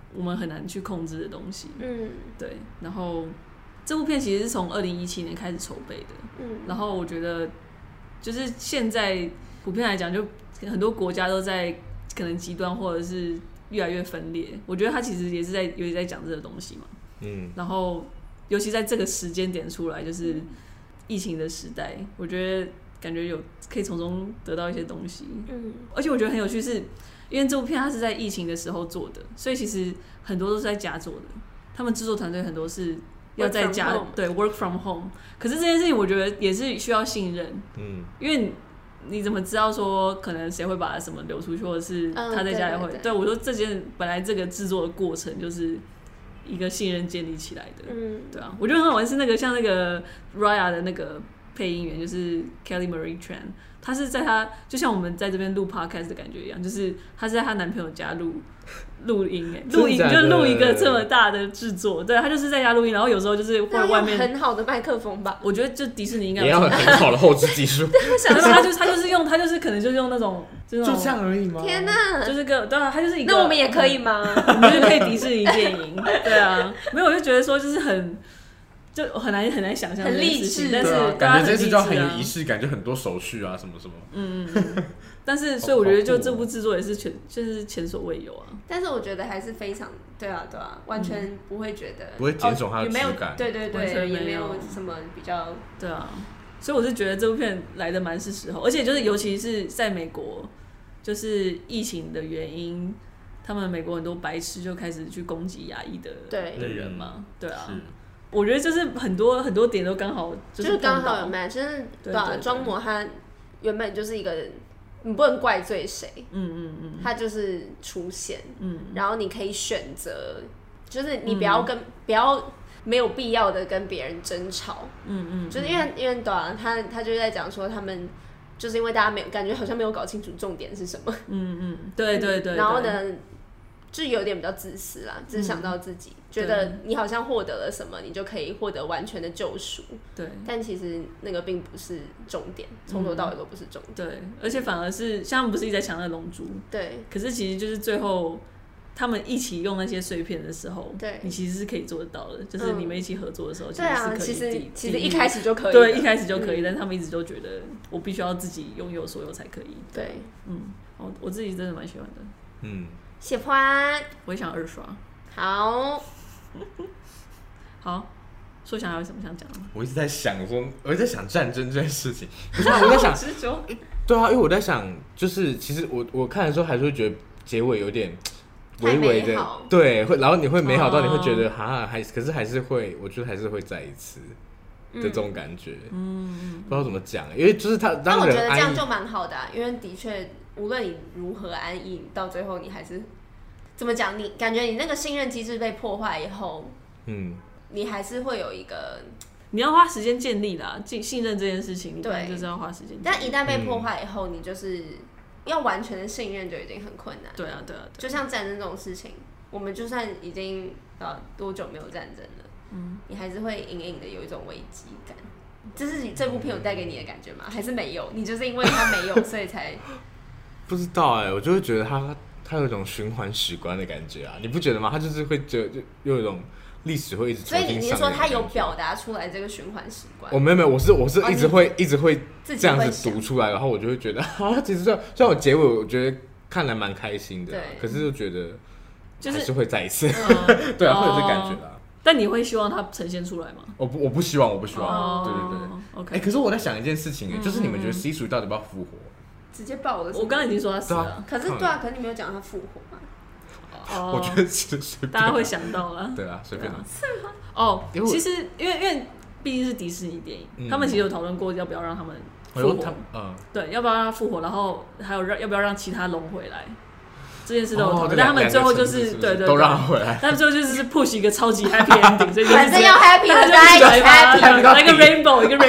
[SPEAKER 1] 我们很难去控制的东西。对。然后这部片其实是从2017年开始筹备的，然后我觉得就是现在普遍来讲，就很多国家都在可能极端或者是越来越分裂。我觉得他其实也是有在讲这个东西嘛。然后尤其在这个时间点出来，就是疫情的时代，我觉得感觉可以从中得到一些东西。而且我觉得很有趣是，因为这部片它是在疫情的时候做的，所以其实很多都是在家做的。他们制作团队很多是要在家，对 work from home。可是这件事情我觉得也是需要信任，因为你怎么知道说可能谁会把什么流出去，或者是他在家里会？对我说本来这个制作的过程就是一个信任建立起来的，对啊，我觉得很好玩是像那个 Raya 的那个配音员，就是 Kelly Marie Tran， 她是在她就像我们在这边录 podcast 的感觉一样，就是她是在她男朋友家录音，就录一个这么大的制作，对，她就是在家录音，然后有时候就是会外面
[SPEAKER 3] 很好的麦克风吧，
[SPEAKER 1] 我觉得就迪士尼应该
[SPEAKER 2] 也要很好的后置技术，
[SPEAKER 1] 他就是可能就是用那种
[SPEAKER 2] 就这样而已吗？
[SPEAKER 3] 天哪，
[SPEAKER 1] 就是对啊，他就是一个。
[SPEAKER 3] 那我们也可以吗？
[SPEAKER 1] 我们就可以迪士尼电影，对啊，没有，我就觉得说就是就很难想象，
[SPEAKER 3] 很励志，
[SPEAKER 1] 但是
[SPEAKER 2] 感觉这次就很有仪式感，就很多手续啊，什么什么。
[SPEAKER 1] 但是所以我觉得就这部制作也是就是前所未有啊。
[SPEAKER 3] 但是我觉得还是非常对啊，完全不会觉得
[SPEAKER 2] 不会减损它的质感，
[SPEAKER 3] 对，也没有什么比较
[SPEAKER 1] 对啊。所以我是觉得这部片来的蛮是时候，而且就是尤其是在美国，就是疫情的原因，他们美国很多白痴就开始去攻击亚裔的人嘛，对啊。我觉得就是很多点都刚好
[SPEAKER 3] 就是刚好有 match， 就是把庄模他原本就是一个你不能怪罪谁，他就是出现，然后你可以选择，就是你不要没有必要的跟别人争吵，就是因为他就是在讲说他们就是因为大家感觉好像没有搞清楚重点是什么，
[SPEAKER 1] 对，
[SPEAKER 3] 然后呢就有点比较自私啦，只想到自己，觉得你好像获得了什么，你就可以获得完全的救赎，对，但其实那个并不是重点，从头到尾都不是重点，
[SPEAKER 1] 对，而且反而是像他们不是一直在抢那龙珠，对，可是其实就是最后。他们一起用那些碎片的时候，对，你其实是可以做得到的。就是你们一起合作的时候，其实是可以
[SPEAKER 3] 其实一开始就可以，
[SPEAKER 1] 对，一开始就可以。但是他们一直都觉得我必须要自己拥有所有才可以。对，我自己真的蛮喜欢的。
[SPEAKER 3] 喜欢，
[SPEAKER 1] 我也想二刷。
[SPEAKER 3] 好，
[SPEAKER 1] 好，说想还有什么想讲的吗？
[SPEAKER 2] 我一直在想我在想战争这件事情。不是，我在想，对啊，因为我在想，就是其实我看的时候还是会觉得结尾有点。微微的对，然后你会美好到你会觉得可是还是会，我觉得还是会再一次的这种感觉，不知道怎么讲，因为就是他当人安逸，但我觉得
[SPEAKER 3] 这样就蛮好的因为的确无论你如何安逸，到最后你还是怎么讲，你感觉你那个信任机制被破坏以后，你还是会有一个
[SPEAKER 1] 你要花时间建立啦，信任这件事情，对，就是要花时间建立。
[SPEAKER 3] 但一旦被破坏以后，你就是要完全的信任就已经很困难。
[SPEAKER 1] 对啊，
[SPEAKER 3] 就像战争这种事情，我们就算已经多久没有战争了，你还是会隐隐的有一种危机感。这是这部片有带给你的感觉吗？还是没有？你就是因为它没有，所以才
[SPEAKER 2] 不知道我就会觉得它有一种循环史观的感觉啊，你不觉得吗？它就是会就有一种。历史会一直重新上演，
[SPEAKER 3] 所以你是说他有表达出来这个循环习惯？
[SPEAKER 2] 我没有，我是一直会这样子读出来，然后我就会觉得其实虽然我结尾我觉得看来蛮开心的，可是就觉得还是会再一次，对啊，会有这感觉啦。
[SPEAKER 1] 但你会希望它呈现出来吗？
[SPEAKER 2] 我不希望，对。OK，可是我在想一件事情，就是你们觉得西蜀到底要不要复活？
[SPEAKER 3] 直接爆了！
[SPEAKER 1] 我刚才已经说他死了，
[SPEAKER 3] 可是可是你没有讲他复活嘛？
[SPEAKER 2] 我觉得是随便，
[SPEAKER 1] 大家会想到啦。
[SPEAKER 2] 对啊，随便。
[SPEAKER 3] 是吗？
[SPEAKER 1] 其实因为毕竟是迪士尼电影，他们其实有讨论过要不要让他们复活，对，要不要让他复活，然后还有要不要让其他龙回来，这件事都有讨论。但他们最后就是对
[SPEAKER 2] 都让他回来，
[SPEAKER 1] 他们最后就是 push 一个超级 happy ending， 所以
[SPEAKER 3] 反正要 happy 的大家一起 happy，
[SPEAKER 1] 来个 rainbow， 一个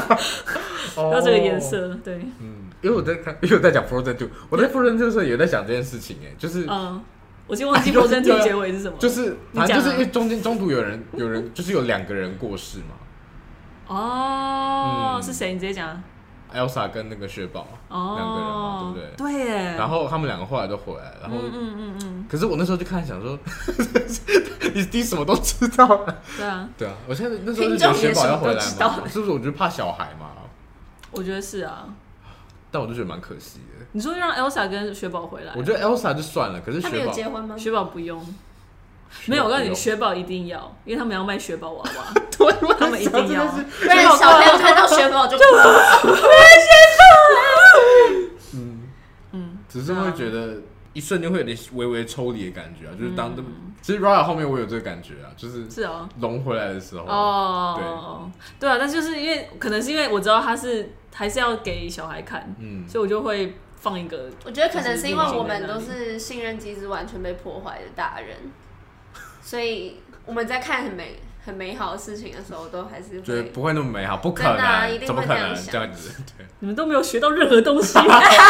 [SPEAKER 1] rainbow， 要这个颜色，对。
[SPEAKER 2] 因为我在讲 Frozen 2， 我在 Frozen 2的时候也在想这件事情，就是
[SPEAKER 1] 我已经忘记 Frozen 2结尾是什么，
[SPEAKER 2] 就是反正就是因为中途有人就是有2个人过世嘛。
[SPEAKER 1] 是谁？你直接讲。
[SPEAKER 2] Elsa 跟那个雪宝2个人嘛，对不对？
[SPEAKER 1] 对耶。
[SPEAKER 2] 然后他们2个后来都回来，然后可是我那时候就看想说，你什么都知道了。对啊，我现在那时候就觉得雪宝要回来嘛，是不是？我觉得怕小孩嘛。
[SPEAKER 1] 我觉得是啊，
[SPEAKER 2] 但我就觉得蛮可惜的。
[SPEAKER 1] 你说让 Elsa 跟雪宝回来，
[SPEAKER 2] 我觉得 Elsa 就算了，可是
[SPEAKER 3] 他们有结婚吗？
[SPEAKER 1] 雪宝不用。没有，我告诉你，雪宝一定要，因为他们要卖雪宝娃娃，
[SPEAKER 2] 对，
[SPEAKER 1] 他们一定要，
[SPEAKER 3] 不然小朋友看到雪宝就哭。
[SPEAKER 2] 只是会觉得一瞬间会有点微微抽离的感觉啊，就是当其实 Raya 后面我有这个感觉啊，就是龙回来的时候
[SPEAKER 1] 对啊，但就是因为可能是因为我知道他是还是要给小孩看，所以我就会放一个。
[SPEAKER 3] 我觉得可能是因为我们都是信任机制完全被破坏的大人，所以我们在看很美好的事情的时候，都还是
[SPEAKER 2] 觉得不会那么美好，不可能，怎么可能这样子？对，
[SPEAKER 1] 你们都没有学到任何东西。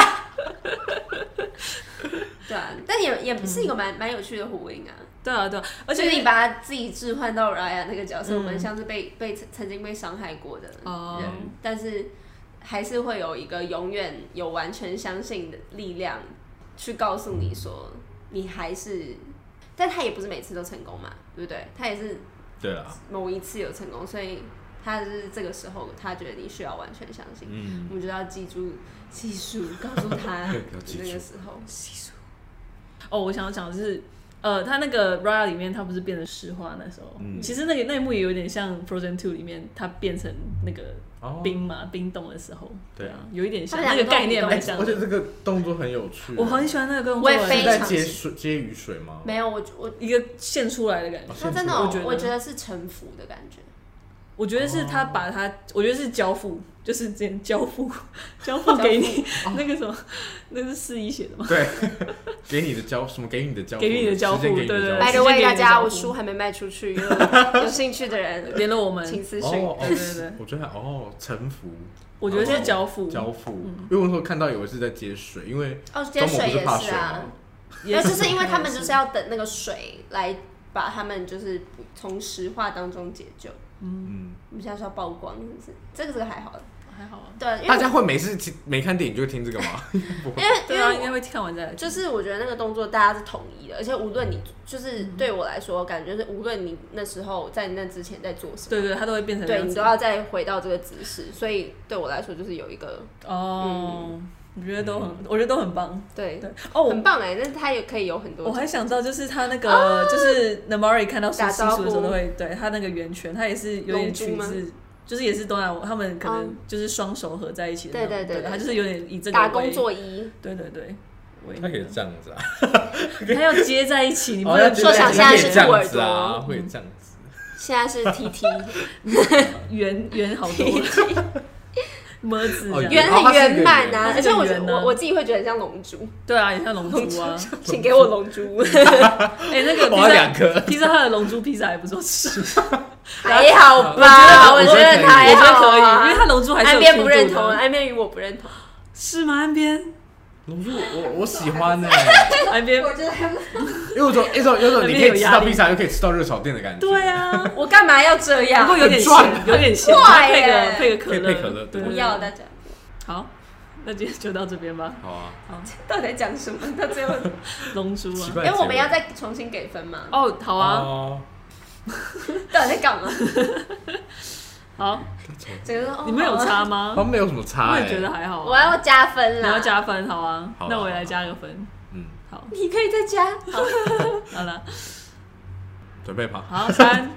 [SPEAKER 3] 对啊，但也不是一个蛮有趣的呼应啊。
[SPEAKER 1] 对啊，而且
[SPEAKER 3] 你把他自己置换到 Raya 那个角色，我们像是曾经被伤害过的人，但是还是会有一个永远有完全相信的力量去告诉你说，你还是，但他也不是每次都成功嘛，对不对？他也是
[SPEAKER 2] 对啊，
[SPEAKER 3] 某一次有成功，所以他是这个时候他觉得你需要完全相信，我们就要记住技术，告诉他那个时候技术。
[SPEAKER 1] 我想要讲的是，他那个 Raya 里面，他不是变成石化那时候，其实那一幕也有点像 Frozen 2里面，他变成那个冰嘛，冰冻的时候，对啊，有一点像那个概念蛮像的。
[SPEAKER 2] 而且这个动作很有趣，
[SPEAKER 1] 我很喜欢那个动
[SPEAKER 3] 作。
[SPEAKER 1] 我
[SPEAKER 3] 也
[SPEAKER 2] 是在接雨水吗？
[SPEAKER 3] 没有，我
[SPEAKER 1] 一个现出来的感觉。
[SPEAKER 3] 他真的，我觉得是臣服的感觉。
[SPEAKER 1] 我觉得是他把他，我觉得是交付，就是这样交付给你那个什么，那是肆意写的吗？
[SPEAKER 2] 对，给你的交付，
[SPEAKER 1] 给予你的交付，对对。
[SPEAKER 3] By the way， 大家，我书还没卖出去，有兴趣的人
[SPEAKER 1] 联络我们，
[SPEAKER 3] 请私讯。
[SPEAKER 1] 对，
[SPEAKER 2] 我觉得臣服，
[SPEAKER 1] 我觉得是交付，
[SPEAKER 2] 因为我那时候看到以为是在接水，因为
[SPEAKER 3] 接水也是啊，就是因为他们就是要等那个水来把他们就是从石化当中解救。我们现在是要曝光，是不是？这个还好的，
[SPEAKER 1] 还好啊。
[SPEAKER 3] 对，
[SPEAKER 2] 大家会每次没看电影就会听这个吗？
[SPEAKER 1] 对啊，应该会看完再来。
[SPEAKER 3] 就是我觉得那个动作大家是统一的，而且无论你就是对我来说，感觉是无论你那时候在那之前在做什么，
[SPEAKER 1] 对，它都会变成
[SPEAKER 3] 对你都要再回到这个姿势，所以对我来说就是有一个
[SPEAKER 1] 我觉得都很棒，
[SPEAKER 3] 对，很棒哎！但他也可以有很多。
[SPEAKER 1] 我还想到就是他那个，就是 Namaari 看到西蜀的时候都会对他那个圆圈，他也是有点取自，就是也是东南亚他们可能就是双手合在一起的那种，对，他就是有点以这个
[SPEAKER 3] 打工作揖，
[SPEAKER 1] 对，
[SPEAKER 2] 他可以这样子啊，
[SPEAKER 1] 他要接在一起，你不能
[SPEAKER 3] 说想现在是兔耳朵
[SPEAKER 2] 啊，会这样子，
[SPEAKER 3] 现在是 TT，
[SPEAKER 1] 圆好多。么子
[SPEAKER 3] 圆很圆满啊，而且我自己会觉得很像龙珠。
[SPEAKER 1] 对啊，也像龙珠啊，
[SPEAKER 3] 请给我龙珠。
[SPEAKER 1] 那个披萨它的龙珠披萨还不错吃，
[SPEAKER 3] 还好吧？我觉得还好，
[SPEAKER 1] 可以，因为它龙珠还是有
[SPEAKER 3] 岸边不认同，岸边与我不认同，
[SPEAKER 1] 是吗？岸边
[SPEAKER 2] 龙珠我喜欢呢，
[SPEAKER 1] 岸边
[SPEAKER 4] 我觉得还不错，
[SPEAKER 2] 因为有种你可以吃到披萨又可以吃到热炒店的感觉。
[SPEAKER 1] 对啊，
[SPEAKER 3] 我干嘛要这样？
[SPEAKER 1] 不过有点咸，配个可乐，
[SPEAKER 3] 不要大家。
[SPEAKER 1] 好，那今天就到这边吧。
[SPEAKER 2] 好啊，
[SPEAKER 1] 好，
[SPEAKER 3] 到底在讲什么？到最后
[SPEAKER 1] 龙珠啊，
[SPEAKER 3] 因为我们要再重新给分嘛。
[SPEAKER 1] 好啊。
[SPEAKER 3] 到底在干嘛？
[SPEAKER 1] 好，你们有差吗？
[SPEAKER 2] 他们没有什么差，
[SPEAKER 1] 我也觉得还好。
[SPEAKER 3] 我要加分啦！
[SPEAKER 1] 你要加分，好啊，那我也来加个分。好，
[SPEAKER 3] 你可以再加。
[SPEAKER 1] 好了，
[SPEAKER 2] 准备吧。
[SPEAKER 1] 好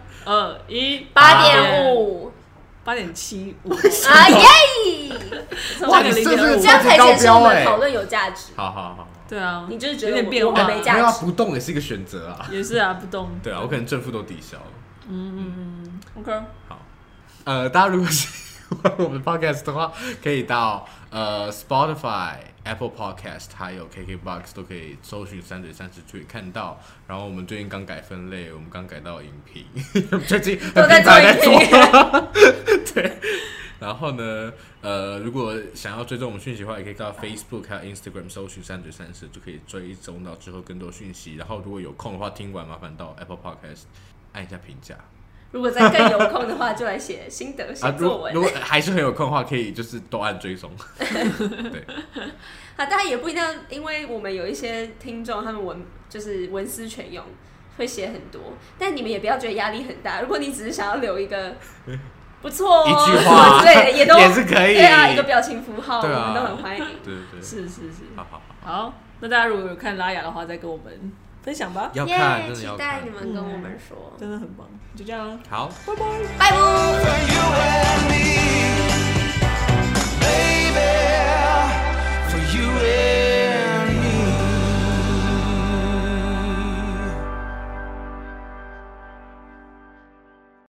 [SPEAKER 1] ，3、2、1，
[SPEAKER 3] 8.5。
[SPEAKER 1] 8.75，
[SPEAKER 3] 啊耶！
[SPEAKER 2] 哇，你这
[SPEAKER 3] 样才显示我们讨论有价值。
[SPEAKER 2] 好，
[SPEAKER 1] 对啊，
[SPEAKER 3] 你就是觉得
[SPEAKER 1] 有点变化，
[SPEAKER 3] 没价值。
[SPEAKER 2] 不动也是一个选择啊。
[SPEAKER 1] 也是啊，不动。
[SPEAKER 2] 对啊，我可能正负都抵消了。
[SPEAKER 1] OK。
[SPEAKER 2] 好，大家如果喜欢我们的 podcast 的话，可以到Spotify、Apple Podcast 还有 KKBox 都可以搜寻3嘴30就可以看到。然后我们最近刚改分类，我们刚改到影评，最近
[SPEAKER 3] 都在做影评。
[SPEAKER 2] 对，然后呢，如果想要追踪我们讯息的话，也可以到 Facebook 还有 Instagram 搜寻3嘴30就可以追踪到之后更多讯息。然后如果有空的话，听完麻烦到 Apple Podcast 按一下评价。
[SPEAKER 3] 如果再更有空的话，就来写心得、写作文。
[SPEAKER 2] 如果还是很有空的话，可以就是都按追踪。对，
[SPEAKER 3] 大家也不一定要，因为我们有一些听众，他们就是文思泉涌，会写很多，但你们也不要觉得压力很大。如果你只是想要留一个不错、
[SPEAKER 2] 一句话
[SPEAKER 3] 之类的，也是
[SPEAKER 2] 可以。
[SPEAKER 3] 对啊，一个表情符号，我们都很欢迎。
[SPEAKER 2] 对，
[SPEAKER 1] 是。
[SPEAKER 2] 好，
[SPEAKER 1] 那大家如果有看拉雅的话，再跟我们分享吧。
[SPEAKER 2] 要看，真的
[SPEAKER 3] 期
[SPEAKER 2] 要看。
[SPEAKER 3] 待你们跟我们说，
[SPEAKER 1] 真的很棒。就这样，
[SPEAKER 2] 好，
[SPEAKER 3] 拜拜。